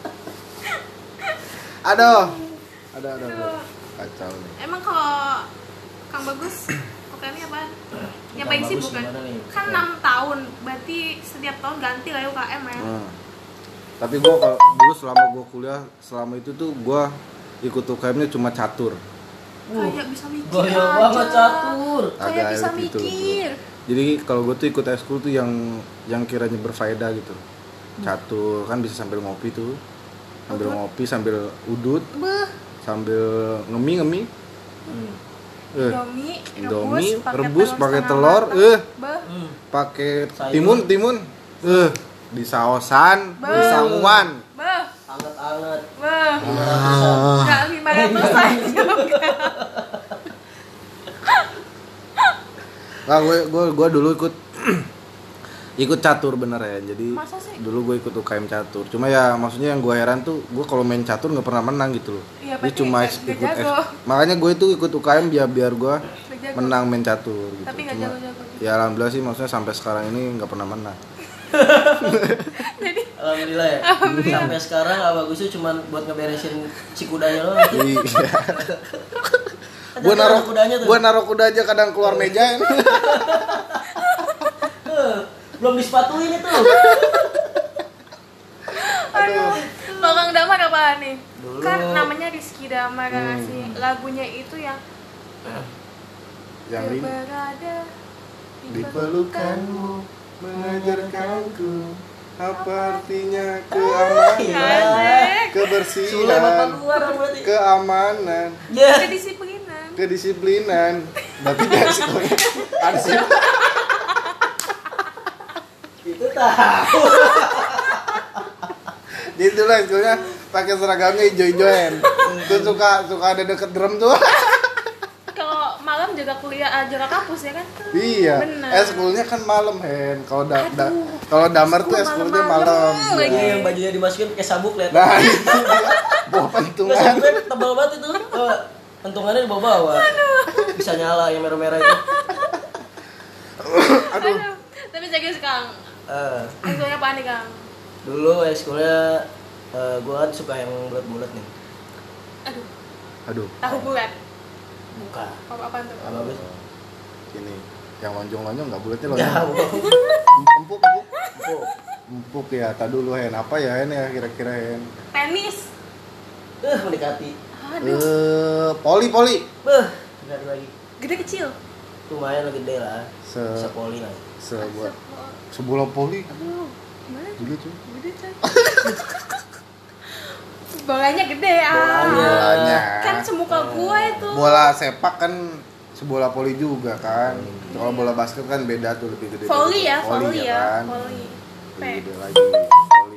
B: Aduh. Kacau nih.
A: Emang kalau Kang Bagus UKM-nya apaan? Yang paling
C: Kang
A: sibuk
C: Bagus
A: kan?
C: gimana nih?
A: Kan 6 tahun, berarti setiap tahun ganti lah ya UKM ya.
B: Tapi gue kalau dulu selama gue kuliah selama itu tuh gue ikut UKM-nya cuma catur.
A: Kayak bisa mikir
C: Gaya
A: aja.
C: banget catur.
A: Kayak
B: Agak
A: bisa
B: gitu.
A: mikir.
B: Jadi kalau gue tuh ikut ekskul tuh yang kiranya berfaedah gitu. Catur kan bisa sambil ngopi tuh. Sambil ngopi, sambil udut,
A: Beuh,
B: sambil ngemi.
A: Indomie,
B: rebus pakai
A: setengah
B: telur,
A: matang. Beuh,
B: pakai
C: Sayur.
B: timun. Di saosan, di sanguan.
A: beuh,
C: Anget-anget.
A: beuh.
C: 500-an.
A: Enggak 500 aja juga.
B: Nah, gue dulu ikut catur bener ya. Jadi
A: Masa sih?
B: dulu gue ikut UKM catur. Cuma ya maksudnya yang gue heran tuh gue kalau main catur nggak pernah menang gitu loh.
A: Iya,
B: Dia
A: berarti
B: cuma
A: nggak jago.
B: makanya gue itu ikut UKM biar gue
A: Nggak jago.
B: menang main catur gitu.
A: Tapi nggak
B: Cuma,
A: jago-jago.
B: ya alhamdulillah sih maksudnya sampai sekarang ini nggak pernah menang.
A: Jadi
C: Alhamdulillah ya. Sampai sekarang Abah Gusnya cuma buat ngeberesin si kudanya loh.
B: Iya. Gue naruh kuda aja kadang keluar meja.
C: Belum disepatuin itu.
A: aduh. Kalau Kang Damar apaan nih?
C: Dulu.
A: Kan namanya Rizky Damar kan sih. Lagunya itu yang
B: Yang ini
A: berada
B: di pelukanmu mengajarkanku apa artinya keamanan,
A: Asik.
C: Sule bapak
B: kebersihan,
C: luar berarti.
B: keamanan,
C: Ya.
A: Kedisiplinan.
B: kedisiplinan. Berarti dari sekolahnya ada sih.
C: Itu tahu.
B: Jadi dulu sekolahnya pakai seragamnya hijau-hijauan. Tuh suka ada deket drum tuh.
A: Kalau malam jaga kuliah, jaga kampus ya kan?
B: Iya.
A: Bener.
B: Eskulnya kan malam, Hen. Kalau Damar tuh eskulnya malam.
A: lagi.
C: Iya, yang bajunya dimasukin pakai sabuk lihat.
B: Nah, itu dia. Bawa
C: Nggak,
B: pentungan.
C: sabuknya tebal banget itu. Pentungannya di bawah-bawah. Bisa nyala yang merah-merah itu.
A: Aduh. Tapi serius Kang. Ekskulnya apa nih Kang?
C: Dulu ekskulnya gue kan suka yang bulat-bulat nih.
B: Aduh.
A: Tahu bulat.
C: Bukan.
A: Apa tuh?
C: Apa bagus?
B: Ini yang lonjong-lonjong nggak bulatnya
C: Ya,
B: lonjong. Empuk.
C: empuk.
B: Empuk ya. Tak dulu Hen. Apa ya Hen ya kira-kira Hen?
A: Tenis.
C: Mendekati.
A: Aduh.
B: Poli.
C: Mendekati lagi.
A: Gede kecil.
C: Lumayan lah gede lah.
B: Se-
C: Sepoli lah.
B: Sebola poli.
A: Aduh. Gimana?
B: Gede cuy.
A: Gede coy. Bolanya gede
B: Bolanya.
A: Kan semuka gua itu.
B: Bola sepak kan sebola poli juga kan. Kalau bola basket kan beda tuh lebih gede.
A: Volley ya,
B: Volley
A: volley ya.
B: kan.
A: Volley.
B: Lebih gede lagi. Volley.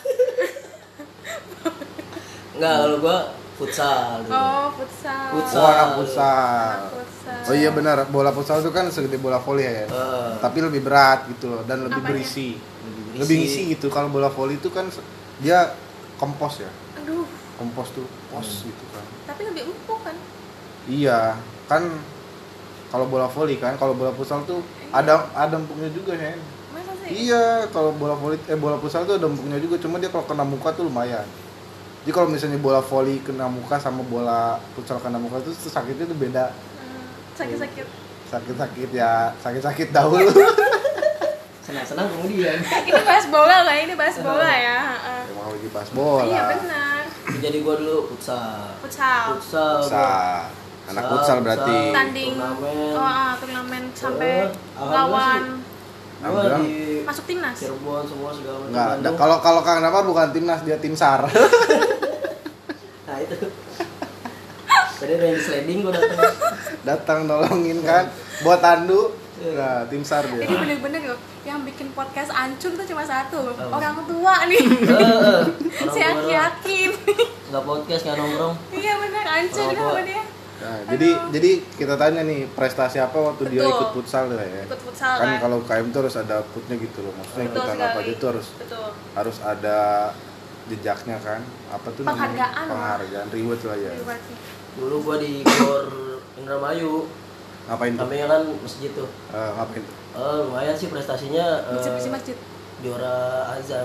C: Enggak, kalau gue futsal dulu.
A: Oh, futsal.
C: Futsal.
B: Anak futsal.
A: Futsal.
B: Oh iya benar, bola futsal itu kan segede bola volley ya. Tapi lebih berat gitu loh dan lebih
A: Apanya?
B: berisi. Lebih ngisi gitu. Kalau bola volley itu kan dia kompos ya.
A: Aduh,
B: Kompos tuh pos gitu kan.
A: tapi lebih empuk kan?
B: Iya, kan kalau bola volley kan, kalau bola futsal tuh ada empuknya juga ya.
A: Masa sih?
B: Iya, kalau bola futsal tuh ada empuknya juga, cuma dia kalau kena muka tuh lumayan. Jadi kalau misalnya bola volley kena muka sama bola futsal kena muka tuh sakitnya tuh beda.
A: Sakit-sakit.
B: Sakit-sakit ya, sakit-sakit dahulu.
C: Senang-senang kemudian.
A: Ini bahas bola lah, ini bahas bola ya.
B: Emang lagi bahas bola.
A: Iya benar.
C: Jadi gue dulu futsal.
A: Futsal.
B: Futsal. Anak futsal berarti.
A: Tanding.
C: Turnamen.
A: Turnamen sampai
C: Alhamdulillah
A: lawan
C: Gue di
A: masuk timnas.
C: Cirebon semua segala macam.
B: Enggak,
C: Bandung.
B: kalau Kang Damar bukan timnas, dia tim SAR.
C: Nah itu. Tadi ada yang sliding gue datang.
B: Datang nolongin kan, buat tandu. Nah, tim SAR dia.
A: Ini bener-bener loh, yang bikin podcast ancur tuh cuma satu, orang tua nih. Si Aki-Aki.
C: Enggak podcast, enggak nongkrong.
A: Iya bener, ancur
C: Orang
A: kan
C: tua.
A: sama dia.
B: Nah, jadi kita tanya nih, prestasi apa waktu dia
A: Betul.
B: ikut futsal ya?
A: Ikut futsal
B: Kan
A: kan.
B: kalau KM tuh harus ada putnya gitu loh. Maksudnya
A: Betul
B: ikutan apa
A: sekali.
B: aja tuh
A: Betul.
B: harus ada jejaknya kan. Apa tuh
A: Penghargaan
B: namanya?
A: lah.
B: Penghargaan, reward lah ya.
A: Rewardnya.
C: Dulu gue di Gor Indramayu.
B: Ngapain tuh?
C: Sampingnya kan masjid tuh.
B: Ngapain tuh?
C: Lumayan sih prestasinya.
A: Bersih-bersih masjid.
C: Juara azan.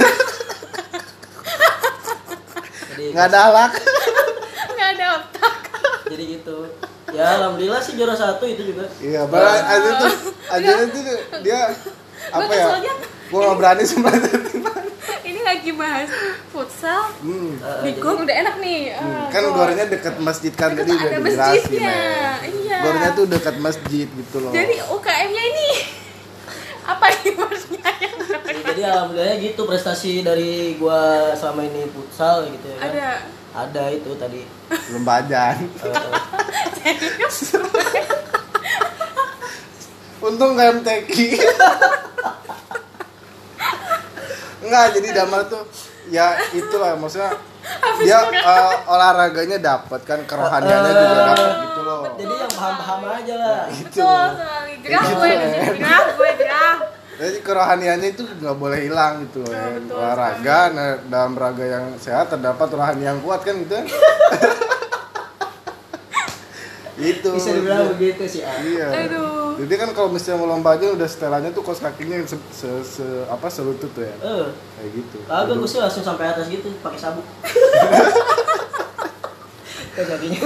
C: Jadi,
B: Nggak ada alak.
A: Nggak ada otak.
C: jadi gitu. Ya alhamdulillah sih juara 1 itu juga.
B: Iya, malah aja tuh dia apa ya?
A: keselnya.
B: Gua nggak berani sama
A: Ini lagi bahas futsal. Di
C: Jadi-
A: gor udah enak nih.
B: Kan gornya dekat masjid kan tadi udah
A: ada
B: dijelasin
A: masjidnya.
B: ya.
A: Iya.
B: Gornya tuh dekat masjid gitu loh.
A: Jadi UKM-nya ini apa nih maksudnya?
C: Jadi alhamdulillah gitu prestasi dari gua selama ini futsal gitu ya kan. Ada itu tadi.
B: belum badan. Untung gak MTQ. Enggak, jadi Damar tuh ya itulah maksudnya dia olahraganya dapat kan, kerohaniannya juga dapat gitu loh.
C: Jadi yang paham-paham aja lah.
A: Betul sekali. Gerah gue di sini. Gerah.
B: Jadi kerohaniannya itu nggak boleh hilang gitu loh. Ya.
A: betul
B: Olahraga, nah, dalam raga yang sehat terdapat rohani yang kuat kan gitu. Itu.
C: Bisa dibilang begitu sih.
B: Iya.
A: Aduh.
B: Jadi kan kalau misalnya mau lomba aja udah setelannya tuh kos kakinya selutut tuh ya. Kayak gitu.
C: Kagak gue sih langsung sampai atas gitu pakai sabuk. Kayak kakinya.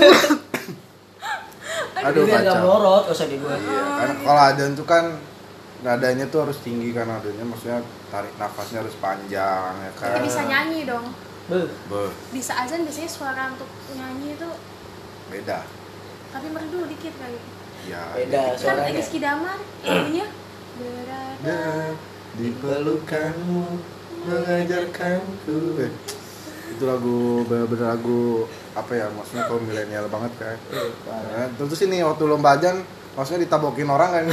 B: Aduh,
C: Biar nggak
B: kacau.
C: melorot usah di gue.
B: Iya, karena kalau adzan tuh kan nadanya tuh harus tinggi kan nadanya, maksudnya tarik nafasnya harus panjang ya kan.
A: Kita bisa nyanyi dong.
B: Beuh,
A: Bisa azan biasanya suara untuk nyanyi itu
B: beda.
A: tapi merdu dikit kali.
B: Ya.
C: Beda
A: Kan
C: suaranya.
A: Rizky Damar lagunya berada.
B: Nah, di pelukanmu mengajarkanku. Itu lagu bener-bener lagu apa ya, maksudnya kaum milenial banget kan. Nah, terus ini waktu lomba adzan maksudnya ditabokin orang kan.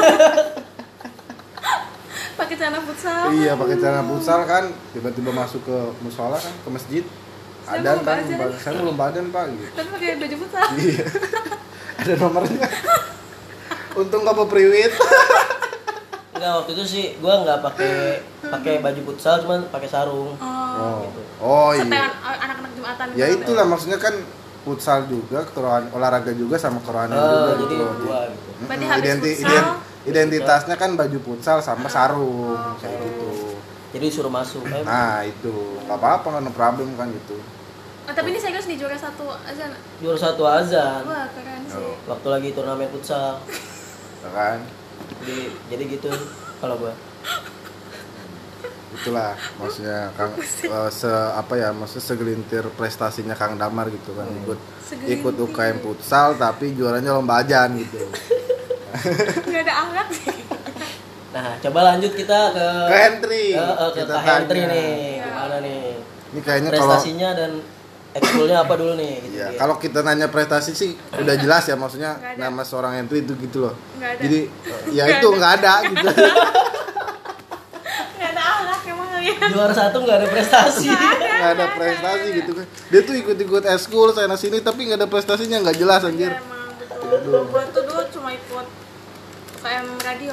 A: Pakai celana futsal.
B: Iya, pakai celana futsal kan, tiba-tiba masuk ke musola kan, ke masjid.
A: Saya
B: Adan
A: mau
B: kan,
A: adzan.
B: saya mau lomba adzan Pak gitu.
A: Tapi pakai baju futsal.
B: Iya. Ada nomornya. Untung gak priwit.
C: Enggak, waktu itu sih gue nggak pakai baju futsal, cuman pakai sarung.
A: Oh.
B: Oh iya.
A: Setelan anak-anak Jumatan.
B: Ya
A: gitu.
B: itulah maksudnya kan futsal juga, olahraga juga sama kerohanian juga
C: jadi
B: gitu.
C: dua gitu.
A: Berarti habis futsal
B: Identitasnya kan baju futsal sama sarung kayak gitu.
C: Jadi suruh masuk.
B: Nah itu nggak apa-apa, nggak no problem kan gitu.
A: tapi ini serius nih juara 1 azan.
C: Juara 1 azan.
A: Wah keren sih.
C: Waktu lagi turnamen futsal.
B: Ya kan?
C: Jadi gitu kalau gua.
B: Itulah maksudnya Kang maksudnya segelintir prestasinya Kang Damar gitu kan, ikut UKM futsal tapi juaranya lomba ajan gitu.
A: Nggak ada akhlak sih.
C: Nah, coba lanjut kita ke
B: Henry.
C: Ke Kak Henry nih. Gimana nih?
B: Ini kayaknya
C: prestasinya dan ekskulnya apa dulu nih gitu.
B: Ya, kalau kita nanya prestasi sih udah jelas ya, maksudnya nama seorang Henry itu gitu loh. Jadi ya itu nggak ada gitu.
A: Nggak ada akhlak emang kalian.
C: Juara 1 nggak ada prestasi.
B: Nggak ada prestasi gitu kan. Dia tuh ikut eskul sana sini tapi nggak ada prestasinya, nggak jelas anjir.
A: Ya, emang betul. Gue tuh dulu cuma ikut UKM radio.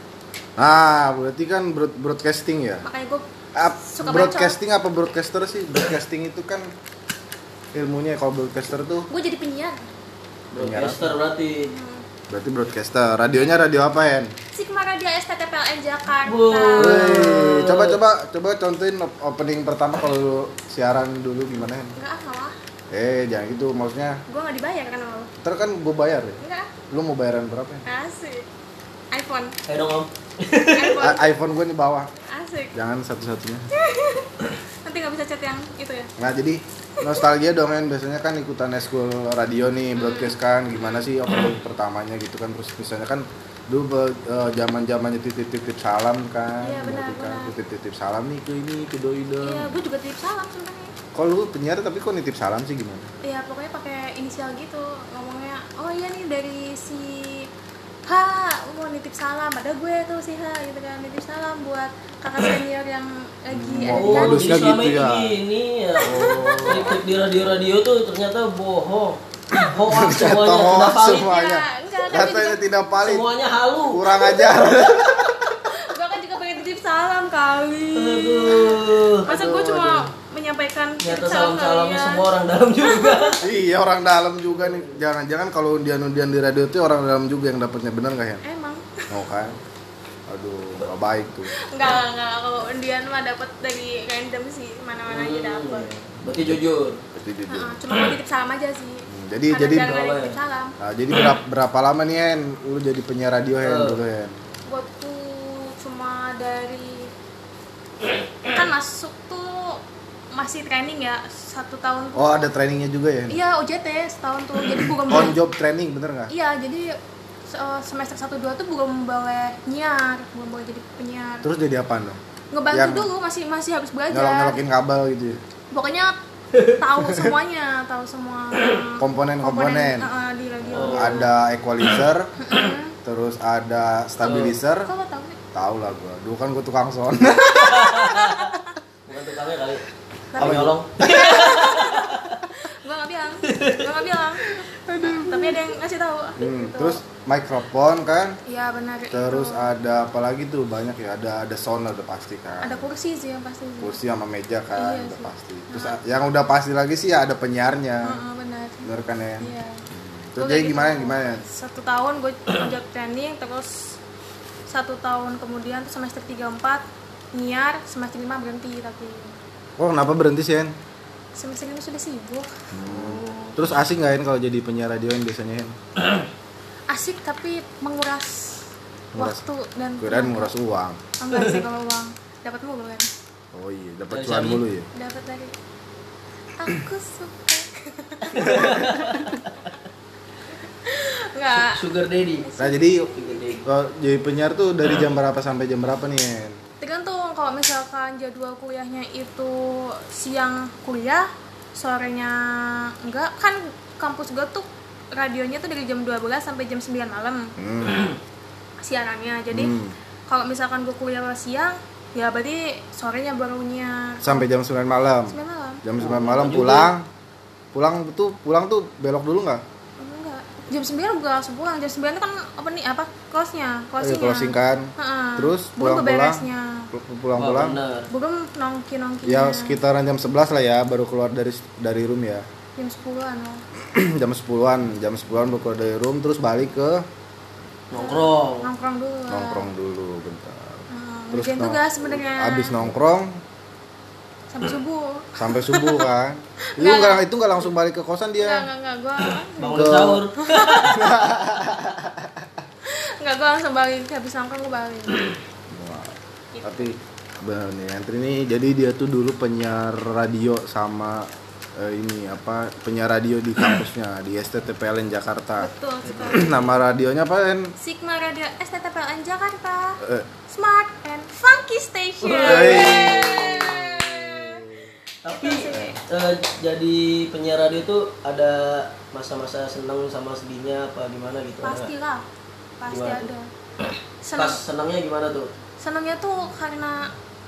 B: Ah, berarti kan broadcasting ya?
A: Makanya gue suka
B: broadcasting apa broadcaster sih? Broadcasting itu kan ilmunya, kalau broadcaster tuh
A: gue jadi penyiar.
C: Broadcaster berarti.
B: Berarti broadcaster. Radionya radio apa, Hen?
A: Sigma Radio STTPLN Jakarta.
B: Wih, coba contohin opening pertama kalau lu siaran dulu gimana, Hen?
A: Enggak, malah.
B: Jangan gitu, maksudnya.
A: Gue nggak dibayar kan sama lo.
B: Ntar kan gue bayar ya?
A: Enggak.
B: Lu mau bayaran berapa ya?
A: Asik. iPhone.
C: Ayo dong Om.
B: iPhone gue di bawah.
A: Asik.
B: Jangan satu-satunya.
A: Nanti nggak bisa chat yang itu ya.
B: Nah jadi nostalgia dong kan, biasanya kan ikutan eskul radio nih, broadcast kan gimana sih opening pertamanya gitu kan, terus misalnya kan dulu zaman-zamannya titip-titip salam kan.
A: Iya benar.
B: Titip-titip salam nih ke ini, ke doi dong.
A: Iya, gue juga titip salam sebenarnya.
B: Kalau lu penyiar tapi kok nitip salam sih gimana?
A: Iya, pokoknya pakai inisial gitu ngomongnya. Oh iya nih dari si H, mau nitip salam. Ada gue tuh si H gitu kan, nitip salam buat kakak senior yang lagi
B: modusnya
C: jadi selama
B: gitu ya.
C: Ini ya. Ikut di radio tuh ternyata bohong. Hoax semuanya tidak valid.
B: Semuanya. Katanya tidak valid.
C: Semuanya halu.
B: Kurang ajar.
A: Gue kan juga pengen titip salam kali. Masa gue cuma menyampaikan
C: ternyata salam-salamnya semua orang dalam juga.
B: Iya, orang dalam juga nih. Jangan-jangan kalau undian-undian di radio itu orang dalam juga yang dapatnya, benar nggak ya?
A: Emang.
B: Oh kan. Aduh, nggak baik tuh.
A: Enggak. Kalau undian mah dapat dari random sih, mana-mana aja dapat.
C: Berarti jujur.
A: Cuma mau titip salam aja sih.
B: Jadi
A: titip salam.
B: Nah, jadi berapa lama nih, Hen? Lu jadi penyiar radio, Hen, dulu, Hen?
A: Gue tuh cuma dari kan masuk tuh masih training ya 1 tahun tuh.
B: Oh, ada trainingnya juga ya?
A: Iya, OJT setahun tuh. Jadi gue
B: on job training, bener nggak?
A: Iya, jadi semester 1-2 tuh belum boleh nyiar, belum boleh jadi penyiar.
B: Terus jadi apa dong?
A: Ngebantu dulu, masih harus belajar.
B: Nyolok-nyolokin kabel gitu ya?
A: Pokoknya tahu semuanya, tahu semua
B: komponen
A: di radio.
B: Ada equalizer, terus ada stabilizer.
A: Kok lo tahu sih?
B: Tahu lah gua. Dulu kan gua tukang sound.
C: Bukan tukangnya kali.
B: Apa
C: nyolong?
A: Gua nggak bilang. Tapi ada yang ngasih tahu. Gitu.
B: Terus mikrofon kan?
A: Iya benar.
B: Terus
A: itu.
B: ada apa lagi tuh, banyak ya, ada sound udah pasti kan.
A: Ada kursi sih yang pasti.
B: Kursi sama meja kan,
A: Iya
B: udah
A: sih.
B: pasti. Terus yang udah pasti lagi sih ya ada penyiarnya.
A: Benar.
B: Bener kan ya?
A: Iya.
B: Terus
A: Gua
B: jadi
A: kayak
B: gimana?
A: 1 tahun gue job training, terus 1 tahun kemudian tuh semester 3-4 nyiar, semester 5 berhenti tapi.
B: Oh, kenapa berhenti sih, Hen?
A: Semester 5 sudah sibuk.
B: Terus asik nggak, Hen, kalau jadi penyiar radio yang biasanya, Hen?
A: Asik tapi menguras waktu dan
B: Kirain nguras uang.
A: enggak sih kalau uang dapat mulu kan.
B: Oh iya, dapat
C: Dari
B: cuan
C: Sami?
B: mulu ya.
A: Dapat dari aku suka. Enggak.
C: Sugar daddy.
B: Nah, jadi
C: Sugar daddy.
B: kalau jadi penyiar tuh dari jam berapa sampai jam berapa nih, Hen?
A: Tergantung, kalau misalkan jadwal kuliahnya itu siang kuliah, sorenya enggak, kan kampus gue tuh radionya tuh dari jam 12 sampai jam 9 malam siarannya. Jadi kalau misalkan gue kuliah siang, ya berarti sorenya baru nyiar.
B: Sampai jam 9 malam.
A: 9 malam?
B: Jam 9 malam pulang. Pulang tuh belok dulu nggak?
A: Enggak. Jam 9 bukan langsung pulang. Jam 9 itu kan apa nih? Apa? Closingnya.
B: Closing kan. Terus
A: belum beberesnya.
B: Pulang-pulang.
A: Belum nongki-nongki.
B: Ya sekitaran jam 11 lah ya baru keluar dari room ya.
A: Jam 10-an loh.
B: jam 10-an keluar dari room terus balik ke
A: nongkrong dulu
B: bentar.
A: Terus tugas sebenarnya
B: habis nongkrong sampai subuh kan. Itu enggak langsung balik ke kosan dia.
A: Enggak, gua
C: bangun sahur.
A: Enggak, gua langsung balik habis nongkrong gua balik.
B: Gitu. Tapi benar nih Entri nih, jadi dia tuh dulu penyiar radio sama penyiar radio di kampusnya di STTPLN Jakarta.
A: Betul sekali.
B: Nama radionya apa, En?
A: Sigma Radio STTPLN Jakarta. Smart and Funky Station.
C: Tapi jadi penyiar radio itu ada masa-masa senang sama sedihnya apa gimana gitu?
A: Pastilah. Pasti gimana ada.
C: Pas senangnya gimana tuh?
A: Senangnya tuh karena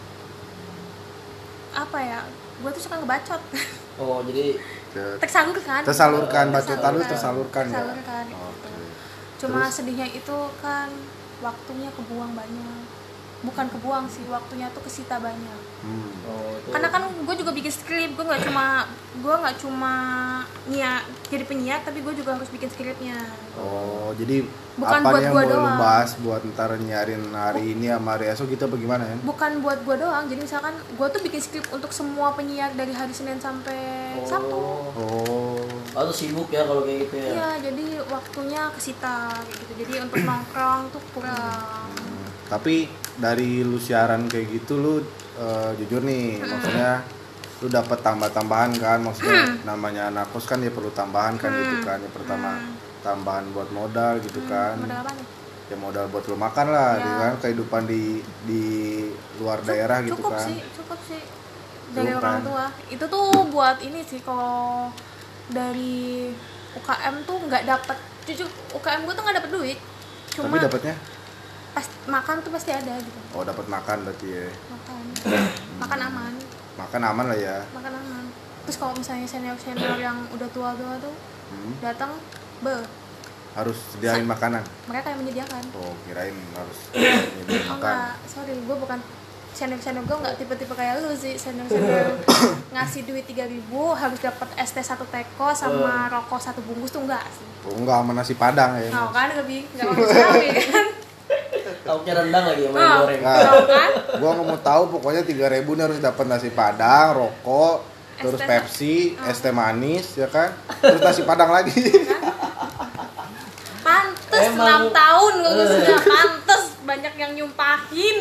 A: apa ya? Gue tuh suka ngebacot.
C: Oh, jadi
B: tersalurkan bacotan lu tersalurkan ya.
A: Okay. Cuma terus? Sedihnya itu kan waktunya kebuang banyak. Bukan kebuang sih, waktunya tuh kesita banyak. Karena kan gue juga bikin skrip, gue nggak cuma jadi penyiar, tapi gue juga harus bikin skripnya.
B: Oh, jadi
A: bukan
B: apa
A: buat
B: yang
A: gue
B: mau
A: doang.
B: lu bahas buat ntar nyarin hari ini sama hari esok gitu apa gimana ya?
A: Bukan buat gue doang, jadi misalkan gue tuh bikin skrip untuk semua penyiar dari hari Senin sampai Sabtu.
C: Atau sibuk ya kalau kayak gitu ya?
A: Iya, jadi waktunya kesita gitu. Jadi untuk nongkrong tuh kurang.
B: Tapi dari lu siaran kayak gitu lu jujur nih, maksudnya lu dapat tambahan kan, maksudnya namanya anak kos kan ya perlu tambahan kan gitu kan. Yang pertama tambahan buat modal gitu kan.
A: Modal apa nih?
B: Ya modal buat lu makan lah, ya. Kan kehidupan di luar daerah gitu kan.
A: Cukup sih dari orang tua. Itu tuh buat ini sih, kalau dari UKM tuh nggak dapat. Jujur UKM gue tuh nggak dapat duit. Cuma
B: tapi dapatnya
A: pas makan tuh pasti ada gitu.
B: Oh, dapat makan berarti ya.
A: Makan aman.
B: Makan aman lah ya.
A: Makan aman. Terus kalau misalnya senior yang udah tua tuh datang,
B: harus sediain makanan.
A: Mereka yang menyediakan.
B: Oh, kirain harus menyediakan makan.
A: Enggak, sorry, gue bukan senior gue nggak tipe-tipe kayak lu sih. Senior ngasih duit 3.000 harus dapat ST 1 teko sama rokok 1 bungkus tuh enggak sih.
B: Oh, enggak, sama nasi padang ya.
A: Nah, kan lebih enggak mau sekali kan.
C: Lauknya rendang lagi sama goreng.
A: Kan?
B: Gua nggak mau tahu, pokoknya 3.000 nih harus dapat nasi padang, rokok, terus Pepsi, es teh manis, ya kan? Terus nasi padang lagi.
A: Pantes 6 tahun lulusnya, pantes banyak yang nyumpahin.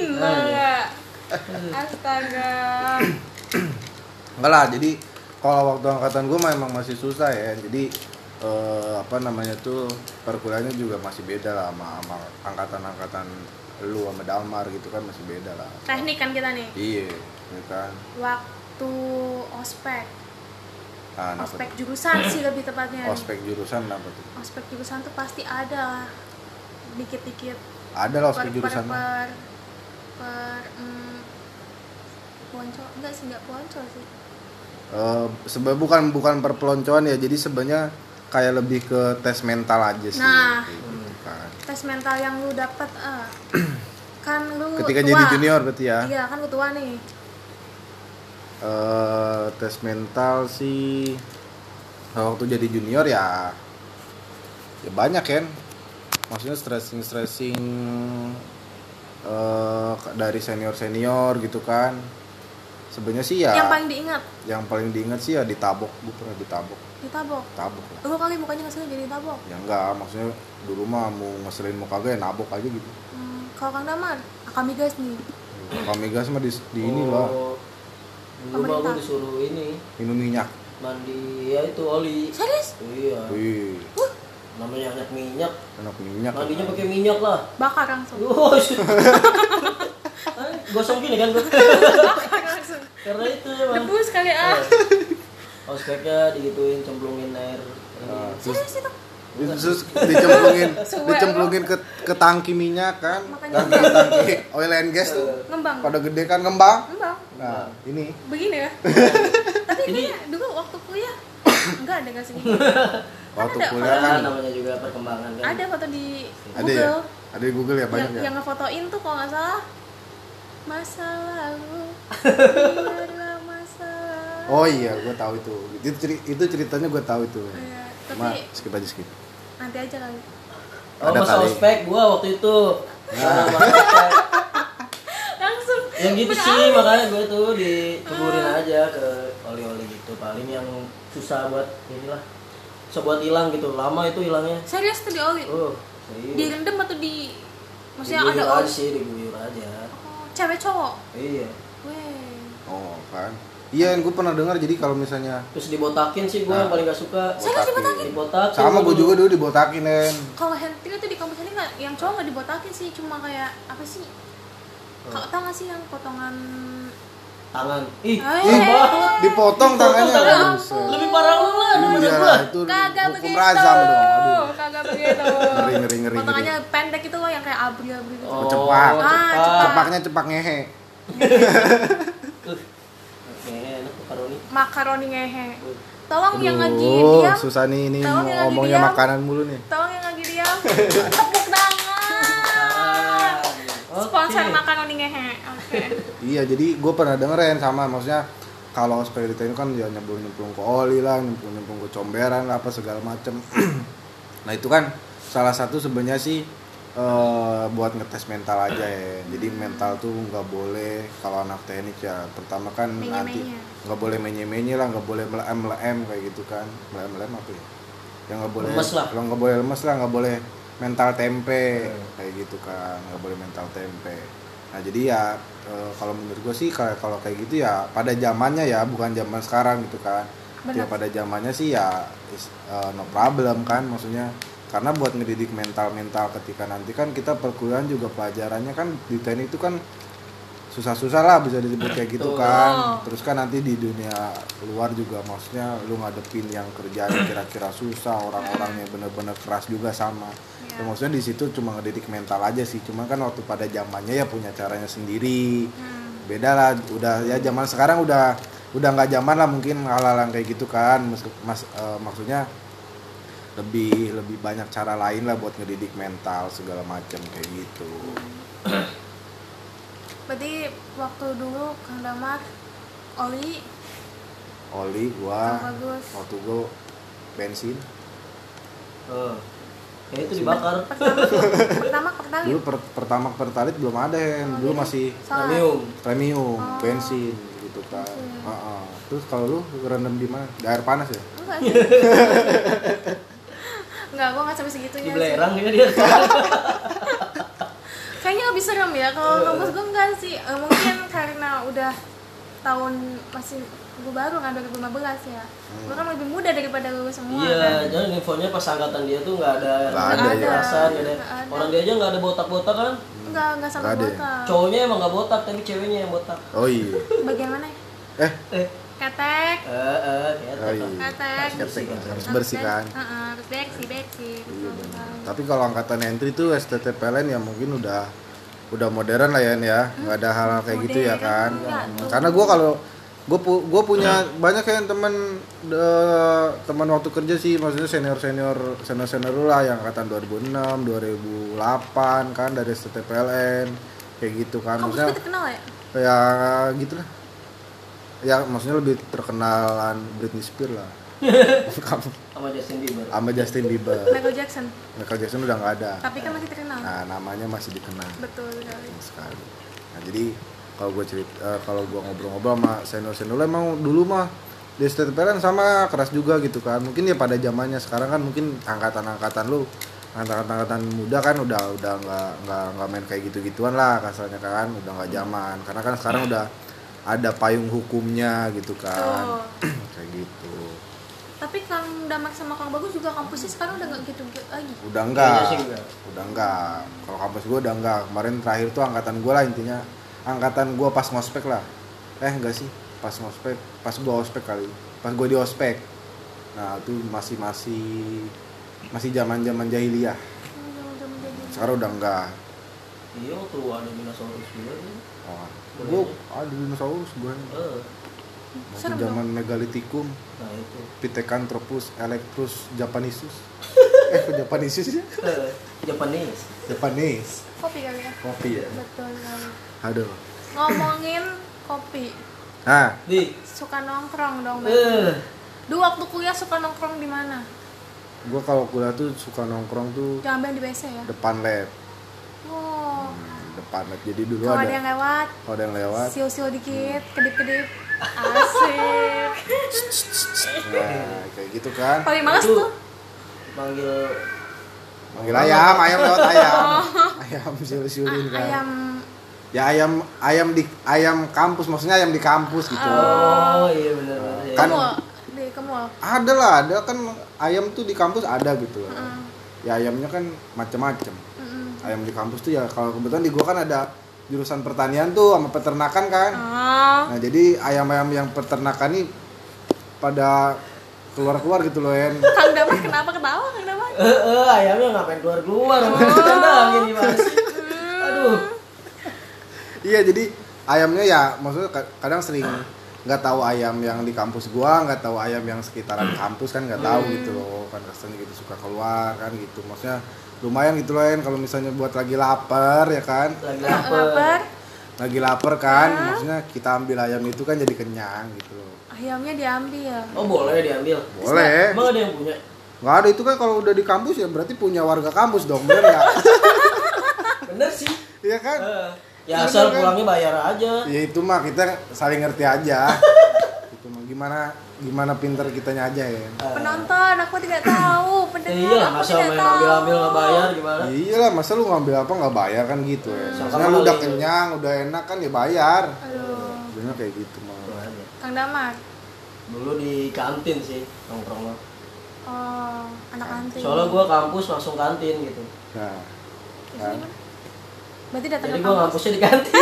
A: Astaga.
B: Enggak lah, jadi kalau waktu angkatan gue memang masih susah ya. Jadi perkuliahannya juga masih beda lah sama angkatan-angkatan lu sama Dalmar gitu kan, masih beda lah.
A: Teknik kan kita nih.
B: Iya, ya kan.
A: Waktu ospek. Ospek
B: tuh?
A: Jurusan sih lebih tepatnya.
B: Ospek jurusan apa tuh?
A: Ospek jurusan tuh pasti ada dikit-dikit.
B: Ada lah ospek jurusan.
A: Ponco, enggak ponco sih.
B: Bukan perpeloncoan ya, jadi sebenarnya kayak lebih ke tes mental aja sih.
A: Nah,
B: gitu kan.
A: Tes mental yang lu dapat kan lu
B: ketika
A: tua.
B: Jadi junior berarti ya.
A: Iya, kan lu tua nih.
B: Tes mental sih waktu jadi junior ya banyak kan. Maksudnya stressing dari senior gitu kan. Sebenarnya sih ya yang paling diingat sih ya ditabok. Gue pernah ditabok lah.
A: Lu kali mukanya ngeselin jadi ditabok?
B: Ya enggak, maksudnya dulu mah mau ngeselin mau kagak ya nabok aja gitu.
A: Kalau Kang Damar Akamigas nih.
B: Akamigas mah di ini lah.
C: Dulu mah gue disuruh ini
B: minum minyak,
C: mandi ya itu oli.
A: Serius?
C: Iya.
B: Wih.
C: Namanya anak minyak. Mandinya pakai minyak lah.
A: Bakar langsung.
C: Gosong gini kan gue. Karena itu emang.
A: Debu sekali
C: Ospeknya digituin, cemplungin air.
A: Serius itu?
B: Terus dicemplungin ke tangki minyak kan. Tangki oil and gas tuh.
A: Ngembang.
B: Pada gede kan ngembang. Nah, ini.
A: Begini ya. Tapi ini dulu waktu kuliah enggak ada enggak sih?
B: Waktu kuliah kan
C: namanya juga perkembangan kan.
A: Ada foto di
B: Google.
A: Ada ya?
B: Ada di Google ya banyak ya.
A: Yang ngefotoin tuh kalau enggak salah masa lalu biarlah masa lalu.
B: Oh iya, gue tahu itu. Itu ceritanya gue tahu itu.
A: Iya,
B: Cuma
A: tapi
B: skip aja skip.
A: nanti aja kali.
C: Oh,
B: Ada
C: masa
B: kali.
C: ospek gua waktu itu.
B: Nah.
C: Masa ospek.
A: Langsung.
C: Yang gitu sih, makanya gue tuh dikuburin aja ke oli-oli gitu. Paling yang susah buat inilah. Susah buat hilang gitu. Lama itu hilangnya.
A: Serius tuh diolin?
C: Oh, serius.
A: Direndam atau di maksudnya
C: Diguyur
A: ada
C: aja
A: oli?
C: sih, diguyur aja.
A: Oh, cewek cowok.
C: Iya.
A: Weh.
B: Oh kan. Iya, gue pernah dengar jadi kalau misalnya
C: Terus dibotakin sih gue yang paling gak suka.
A: Serius dibotakin?
C: Dibotakin.
B: sama gue juga dulu dibotakin kan.
A: Kalau handpill itu di kampus ini nggak, yang cowok nggak dibotakin sih, cuma kayak apa sih? Kau tahu nggak sih yang potongan?
C: Tangan. Ih,
B: Dipotong tangannya.
A: Ya
B: Buset.
A: ampun.
C: lebih parah lu lah daripada
B: Iya,
C: gua.
B: itu
A: Kagak
B: hukum
A: begitu.
B: razam dong. Aduh.
A: Kagak begitu.
B: Ngeri.
A: Potongannya pendek itu loh yang kayak abri-abri gitu.
C: Oh,
B: Cepak.
A: cepak.
B: Cepaknya cepak ngehe.
C: Oke, enak tuh karoni.
A: Makaroni ngehe. Tolong yang lagi
B: Aduh,
A: diam.
B: susah nih ini
A: Tolong
B: mau
A: yang lagi
B: ngomongnya
A: diam.
B: makanan mulu nih.
A: Tolong yang lagi diam. Tepuk tangan.
C: Oke.
A: Sponsor makaroni ngehe. Oke.
B: Iya, jadi gue pernah dengerin sama, maksudnya kalau spirita itu kan ya nyemplung ke oli lah, nyemplung ke comberan lah, apa segala macem. Nah itu kan salah satu sebenarnya sih buat ngetes mental aja ya. Jadi mental tuh nggak boleh kalau anak teknik ya. Pertama kan nanti
A: Menye-menye.
B: nggak boleh menye-menye lah, nggak boleh melem kayak gitu kan. Melem apa ya? Yang nggak boleh
C: Lemes lah.
B: Lo nggak boleh lemes lah, nggak boleh mental tempe kayak gitu kan, nggak boleh mental tempe. Nah jadi ya kalau menurut gue sih kalau kayak gitu ya pada zamannya ya, bukan zaman sekarang gitu kan. Ya pada zamannya sih ya no problem kan, maksudnya karena buat ngedidik mental ketika nanti kan kita perkuliahan juga pelajarannya kan di teknik itu kan susah-susah lah bisa disebut kayak gitu kan. Terus kan nanti di dunia luar juga maksudnya lu ngadepin yang kerjaan kira-kira susah, orang-orangnya bener-bener keras juga sama. Ya, maksudnya di situ cuma ngedidik mental aja sih. Cuma kan waktu pada zamannya ya punya caranya sendiri. Beda lah, udah ya zaman sekarang udah nggak zaman lah mungkin hal-hal yang kayak gitu kan. Maksudnya lebih banyak cara lain lah buat ngedidik mental segala macam kayak gitu.
A: Berarti waktu dulu Kang Damar oli
B: gua
A: yang bagus.
B: waktu gua bensin
C: Oh. Ya itu dibakar.
A: Pertama pertama
B: dulu pertama pertalit belum ada ya. Dulu masih
C: Premium.
B: premium bensin gitu kan. Terus kalau lu rendam di mana? Di air panas ya?
A: Enggak sih. Enggak, gua nggak sampai segitunya.
C: Di belerang ya dia.
A: Kayaknya lebih serem ya kalau kampus gue enggak sih. Mungkin karena udah tahun masih gue baru kan 2015 ya. Gue kan lebih muda daripada lu semua kan.
C: Iya, jadi infonya pas angkatan dia tuh nggak ada
B: kekerasan,
C: nggak ada. Orang dia aja nggak ada botak-botak kan?
A: Enggak sampai
B: Nggak ada ya?
A: botak.
C: Cowoknya emang nggak botak, tapi ceweknya yang botak.
B: Oh iya.
A: Bagian mana? Ketek.
C: Kayak
B: Oh iya.
A: Ketek.
B: Ketek harus bersih kan.
A: Harus bersih.
B: Iya benar. Tapi kalau angkatan entry tuh STTPLN ya mungkin udah modern lah ya, nggak ada hal kayak gitu ya kan. Karena gue punya banyak kan teman waktu kerja sih, maksudnya senior lah yang angkatan 2006, 2008 kan dari STTPLN kayak gitu kan.
A: Kampus
B: Maksudnya
A: itu terkenal ya?
B: ya gitu lah. Ya maksudnya lebih terkenalan Britney Spears lah. Kamu
C: sama Justin Bieber.
A: Michael Jackson
B: udah nggak ada.
A: tapi kan masih terkenal.
B: Nah namanya masih dikenal.
A: Betul sekali.
B: Nah jadi kalau gue ngobrol-ngobrol sama senior emang dulu mah di STTPLN sama keras juga gitu kan. Mungkin ya pada zamannya, sekarang kan mungkin angkatan muda kan udah nggak main kayak gitu-gituan lah kasarnya kan, udah nggak zaman. Karena kan sekarang udah ada payung hukumnya gitu kan. Kayak gitu.
A: Tapi Kang Damar sama Kang Bagus juga kampusnya sekarang udah nggak gitu lagi.
B: Udah enggak. Kalau kampus gue udah enggak. Kemarin terakhir tuh angkatan gue lah intinya. Angkatan gue pas ngospek lah. Enggak sih. Pas ngospek. Pas gue ospek kali. Pas gue di ospek. Nah itu masih zaman jahiliyah. Sekarang udah enggak.
C: Iya tuh ada dinosaurus juga nih.
B: Oh, gue ada dinosaurus gue. Masih zaman megalitikum.
C: Nah itu.
B: Pithecanthropus electrus japanisus. Kok japanisus ya?
A: Kopi kali ya?
B: Kopi ya.
A: Betul kali.
B: Aduh.
A: Ngomongin kopi.
B: Nah,
A: Suka nongkrong dong.
C: Eh,
A: Dulu waktu kuliah suka nongkrong di mana?
B: gue kalau kuliah tuh suka nongkrong tuh
A: Jangan bilang di WC ya.
B: depan lab.
A: Oh.
B: Depan lab. Jadi dulu
A: Kalau
B: ada
A: ada yang lewat,
B: kalau ada yang lewat.
A: siul-siul dikit, kedip-kedip. Asik.
B: Nah, kayak gitu kan.
A: Paling males
C: Itu
A: tuh.
C: manggil
B: Manggil ayam lewat ayam. Ayam siul-siulin kan.
A: Ayam.
B: Ya ayam kampus, maksudnya ayam di kampus gitu.
C: oh iya benar benar ya.
B: Kan-
A: Kemul. Di kemul.
B: Ada lah, ada kan ayam tuh di kampus ada gitu. Ya ayamnya kan macam-macam. Ayam di kampus tuh ya kalau kebetulan di gua kan ada jurusan pertanian tuh sama peternakan kan.
A: Oh.
B: Nah, jadi ayam-ayam yang peternakan nih pada keluar-keluar gitu loh, En.
A: Kang Damar kenapa ketawa Kang Damar?
C: Ayamnya ngapain keluar tendangin gimana sih? Aduh.
B: Iya, jadi ayamnya ya maksudnya kadang sering nggak tahu ayam yang di kampus gua, nggak tahu ayam yang sekitaran kampus kan nggak tahu gitu loh, kan rasanya gitu suka keluar kan gitu. Maksudnya lumayan gitu loh, En, kalau misalnya buat lagi lapar ya kan.
C: Lagi
A: Lapar.
C: lapar.
B: Lagi lapar kan, maksudnya kita ambil ayam itu kan jadi kenyang gitu loh.
A: Ayamnya diambil.
C: Oh boleh diambil.
B: Boleh.
C: Emang ada yang punya?
B: Nggak ada, itu kan kalau udah di kampus ya berarti punya warga kampus dong, bener nggak?
C: Bener sih.
B: Iya kan?
C: Ya
B: Bener
C: asal
B: kan?
C: pulangnya bayar aja.
B: Ya itu mah kita saling ngerti aja. Itu mah gimana pinter kitanya aja ya.
A: Penonton, aku tidak tahu. Pendengar,
C: Iya,
A: aku
C: masa
A: tidak
C: main
A: tahu.
C: ambil-ambil nggak bayar gimana?
B: Iya lah, masa lu ngambil apa nggak bayar kan gitu ya.
C: Sama
B: Maksudnya lu udah
C: kali.
B: kenyang, udah enak kan ya bayar.
A: Aduh.
B: Sebenarnya kayak gitu mah.
C: Itu aja.
A: Kang Damar.
C: Dulu di kantin sih nongkrong lo.
A: Oh, anak kantin.
C: Soalnya gua kampus langsung kantin gitu.
B: Nah,
A: Terus
B: kan.
A: gimana? Berarti datang
C: Jadi
A: ke
C: gua
A: kampus.
C: ngampusnya di kantin.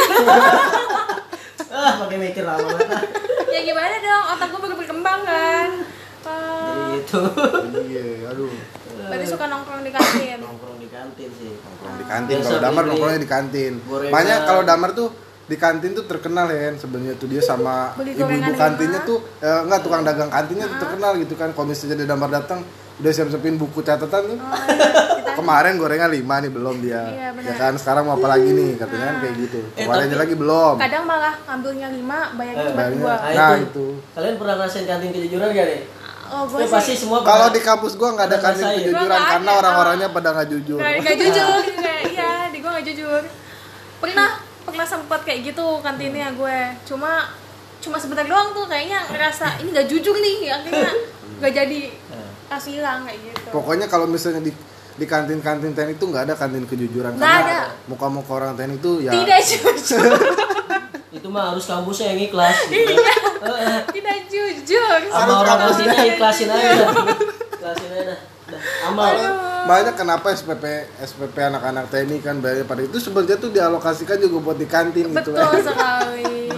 C: Pakai mikir lama banget.
A: Ya gimana dong? Otak gue baru berkembang kan.
C: Jadi gitu.
B: Iya, aduh.
A: Berarti suka nongkrong di kantin.
C: Nongkrong di kantin sih.
B: Nongkrong di kantin.
C: Biasa
B: Kalau Damar
C: beli
B: nongkrongnya di kantin.
C: gorengan.
B: Banyak kalau Damar tuh di kantin tuh terkenal ya sebenarnya tuh dia sama
A: Beli
B: ibu-ibu
A: gorengan
B: kantinnya
A: lima.
B: tuh enggak, tukang dagang kantinnya tuh terkenal gitu kan. Kalau misalnya Damar datang udah siap-siapin buku catatan tuh.
A: Oh, iya. Kita
B: Kemarin gorengan 5 nih belum dia.
A: Iya, benar.
B: Ya kan sekarang mau apa lagi nih katanya kan kayak gitu. Kemarinnya
C: tapi-
B: lagi belum.
A: kadang malah ngambilnya 5, bayarnya cuma
B: bayarnya.
A: 2.
B: Nah, itu.
C: Kalian pernah ngerasain kantin kejujuran gak nih?
A: Oh, gue
C: Ya, pasti
A: sih
C: semua
B: Kalau
C: pernah.
B: di kampus gua nggak ada
C: Pernah
B: kantin
C: ngerasain.
B: kejujuran
A: Gua nggak
B: karena
A: ada.
B: orang-orangnya pada nggak jujur.
A: nggak jujur. Kayak iya, di gue nggak jujur. Pernah sempat kayak gitu kantinnya gue. Cuma sebentar doang tuh kayaknya ngerasa ini nggak jujur nih, akhirnya nggak jadi kasih hilang kayak gitu.
B: Pokoknya kalau misalnya di kantin-kantin TNI itu nggak ada kantin kejujuran.
A: Nggak
B: Karena
A: ada.
B: muka-muka orang TNI itu ya
A: Tidak jujur.
C: Itu mah harus kampusnya yang ikhlas gitu.
A: Tidak jujur.
C: Sama orang
A: Harus
C: kantinnya
A: kampusnya
C: ikhlasin aja.
A: jujur.
C: Ikhlasin aja dah. Amal.
B: banyak kenapa SPP anak-anak TNI kan bayarnya pada itu sebenarnya tuh dialokasikan juga buat di kantin gitu
A: Betul sekali.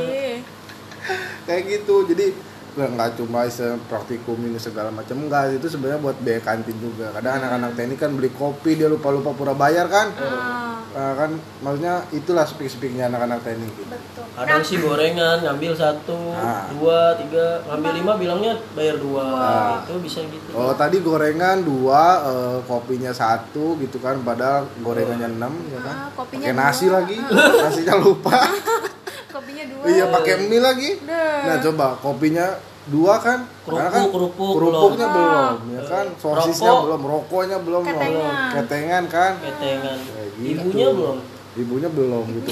B: kayak gitu. Jadi nggak cuma praktikum ini segala macam, enggak, itu sebenarnya buat biaya kantin juga. Kadang anak-anak TNI kan beli kopi dia lupa pura bayar kan. Nah, kan maksudnya itulah speak-speaknya anak-anak TNI gitu.
A: Betul.
C: Kadang sih gorengan ngambil 1, 2, 3, ngambil 5 bilangnya bayar 2. Itu bisa gitu.
B: Oh, tadi gorengan 2, kopinya 1 gitu kan, padahal gorengannya 6 ya kan.
A: Kopinya
B: Pakai nasi
A: 2.
B: lagi. Nasinya lupa.
A: Kopinya 2.
B: Iya, pakai mie lagi.
A: Nah.
B: Nah, coba kopinya 2 kan. Karena kan kerupuknya belum, ya kan. Sosisnya
C: Rokok.
B: belum, rokoknya belum,
A: Ketengan.
B: ketengan kan.
C: Ketengan.
B: Kayak gitu.
C: Ibunya belum.
B: Ibunya belum gitu.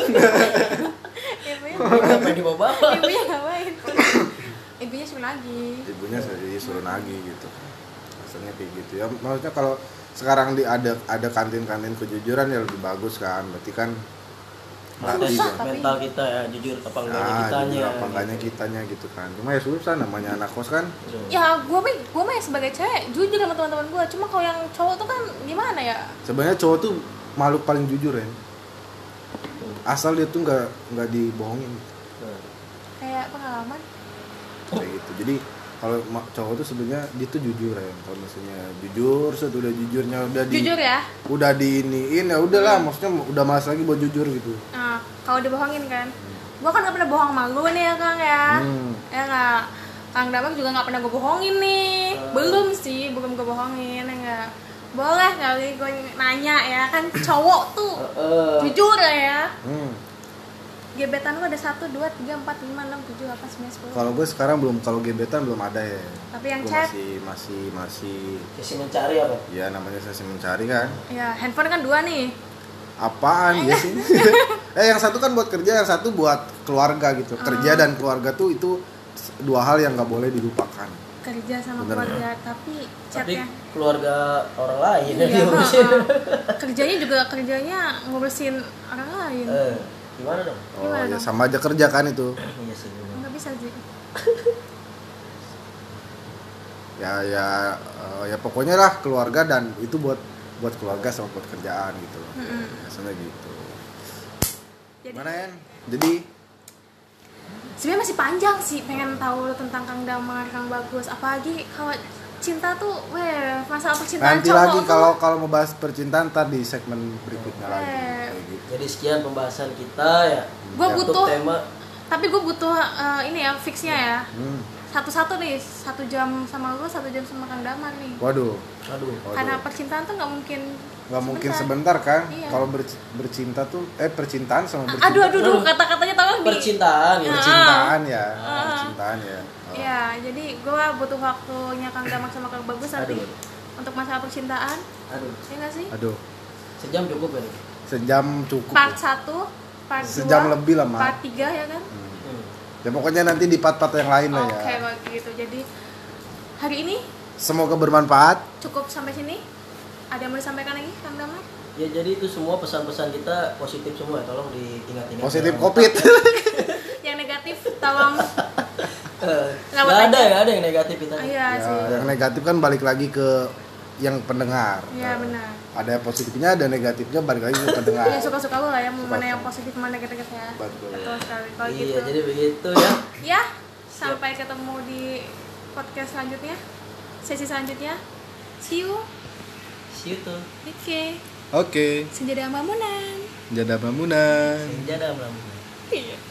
C: Sampai dibawa.
A: Ibunya ngapain? Ibunya suruh lagi.
B: Ibunya suruh nagih gitu. Rasanya kayak gitu ya. Maksudnya kalau sekarang ada kantin-kantin kejujuran ya lebih bagus kan. Berarti kan
C: Tes
B: ya.
C: mental kita ya, jujur apa enggaknya
B: Nah,
C: kitanya.
B: jujur apa enggaknya kitanya gitu kan. Cuma ya susah namanya anak kos kan.
A: Ya gue mah sebagai cewek jujur sama teman-teman gue. Cuma kalau yang cowok tuh kan gimana ya?
B: Sebenarnya cowok tuh makhluk paling jujur ya. Asal dia tuh nggak dibohongin
A: Kayak pengalaman.
B: kayak gitu. Jadi kalau cowok tuh sebenarnya dia tuh jujur ya. Kalau misalnya jujur, sudah jujurnya
A: Jujur ya.
B: udah diiniin ya udahlah, maksudnya udah malas lagi buat jujur gitu.
A: Nah, kalau dibohongin kan. Gue kan gak pernah bohong sama lu nih ya Kang ya. Ya nggak. Kang Damar juga gak pernah gue bohongin nih. Belum gue bohongin ya nggak. Boleh kali gue nanya ya kan cowok tuh jujur ya. gebetan lu ada 1, 2, 3, 4, 5, 6, 7, 8, 9, 10.
B: Kalau gue sekarang belum, kalau gebetan belum ada ya.
A: Tapi yang
B: Gue
A: chat?
B: masih
C: Sesi mencari apa?
B: ya namanya sesi mencari kan.
A: Ya, handphone kan 2 nih.
B: Apaan ya sih? Yang satu kan buat kerja, yang satu buat keluarga gitu. Kerja dan keluarga tuh itu dua hal yang nggak boleh dilupakan.
A: Kerja sama
B: Bener.
A: keluarga, tapi
C: Tapi
A: chatnya.
C: keluarga orang lain
A: Iya,
C: yang diurusin.
A: kerjanya juga ngurusin orang lain.
C: Gimana dong?
B: Oh
A: Gimana
B: ya
A: dong?
B: sama aja kerja kan itu.
C: Iya sih. bener.
A: Nggak bisa sih.
B: Ya pokoknya lah keluarga, dan itu buat keluarga sama buat kerjaan gitu. Biasanya gitu.
A: Jadi,
B: Gimana En? Jadi
A: sebenarnya masih panjang sih pengen tahu tentang Kang Damar, Kang Bagus. Apalagi kalau cinta tuh, masalah percintaan
B: nanti
A: cowok
B: lagi
A: tuh.
B: kalau mau bahas percintaan ntar di segmen berikutnya lagi. Kayak gitu.
C: Jadi sekian pembahasan kita ya.
A: Gue
B: Ya.
A: butuh,
C: Untuk tema
A: tapi gue butuh ini ya fixnya ya.
B: Hmm.
A: Satu-satu nih, 1 jam sama lu, 1 jam sama Kang Damar nih.
B: Waduh,
C: aduh.
A: Karena percintaan tuh nggak mungkin
B: sebentar kan?
A: Iya.
B: Kalau bercinta tuh percintaan sama bercinta.
A: Aduh, kata-katanya tolong di.
C: Percintaan ya.
B: Percintaan ya. Percintaan ya. Oh.
A: Ya, jadi gue butuh waktunya Kang Damar sama Kang Bagus nanti
C: Aduh.
A: untuk masalah percintaan.
C: Aduh.
A: Ya nggak sih?
B: Aduh,
C: Sejam cukup ya?
B: sejam cukup.
A: Part
B: ya.
A: 1, part 2,
B: Sejam lebih lah, Mak.
A: part 3 ya kan?
B: Ya pokoknya nanti di part-part yang lain lah ya.
A: Oke, kalau gitu. Jadi hari ini
B: Semoga bermanfaat.
A: cukup sampai sini. Ada yang mau disampaikan lagi, Kang Damar?
C: Ya jadi itu semua pesan-pesan kita positif semua ya. Tolong diingat-ingat.
B: Positif
C: Jangan-
B: COVID.
A: Yang negatif tolong.
C: Nggak ada yang negatif kita.
A: Iya
B: Ya,
A: sih.
B: yang negatif kan balik lagi ke yang pendengar.
A: Iya benar.
B: Ada positifnya, ada negatifnya, balik lagi ke pendengar.
A: Ya suka-suka lu lah ya, mau mana
B: Suka-suka.
A: yang positif, mana negatif ya.
B: Betul.
A: Betul sekali. Kalau
C: Iya,
A: gitu.
C: jadi begitu ya.
A: Ya, sampai ketemu di podcast selanjutnya. Sesi selanjutnya. See you.
C: See you tuh.
A: Oke.
B: Oke.
A: Senjata Mamunan.
B: Jada Bangunan.
C: Senja dalam.
A: Iya.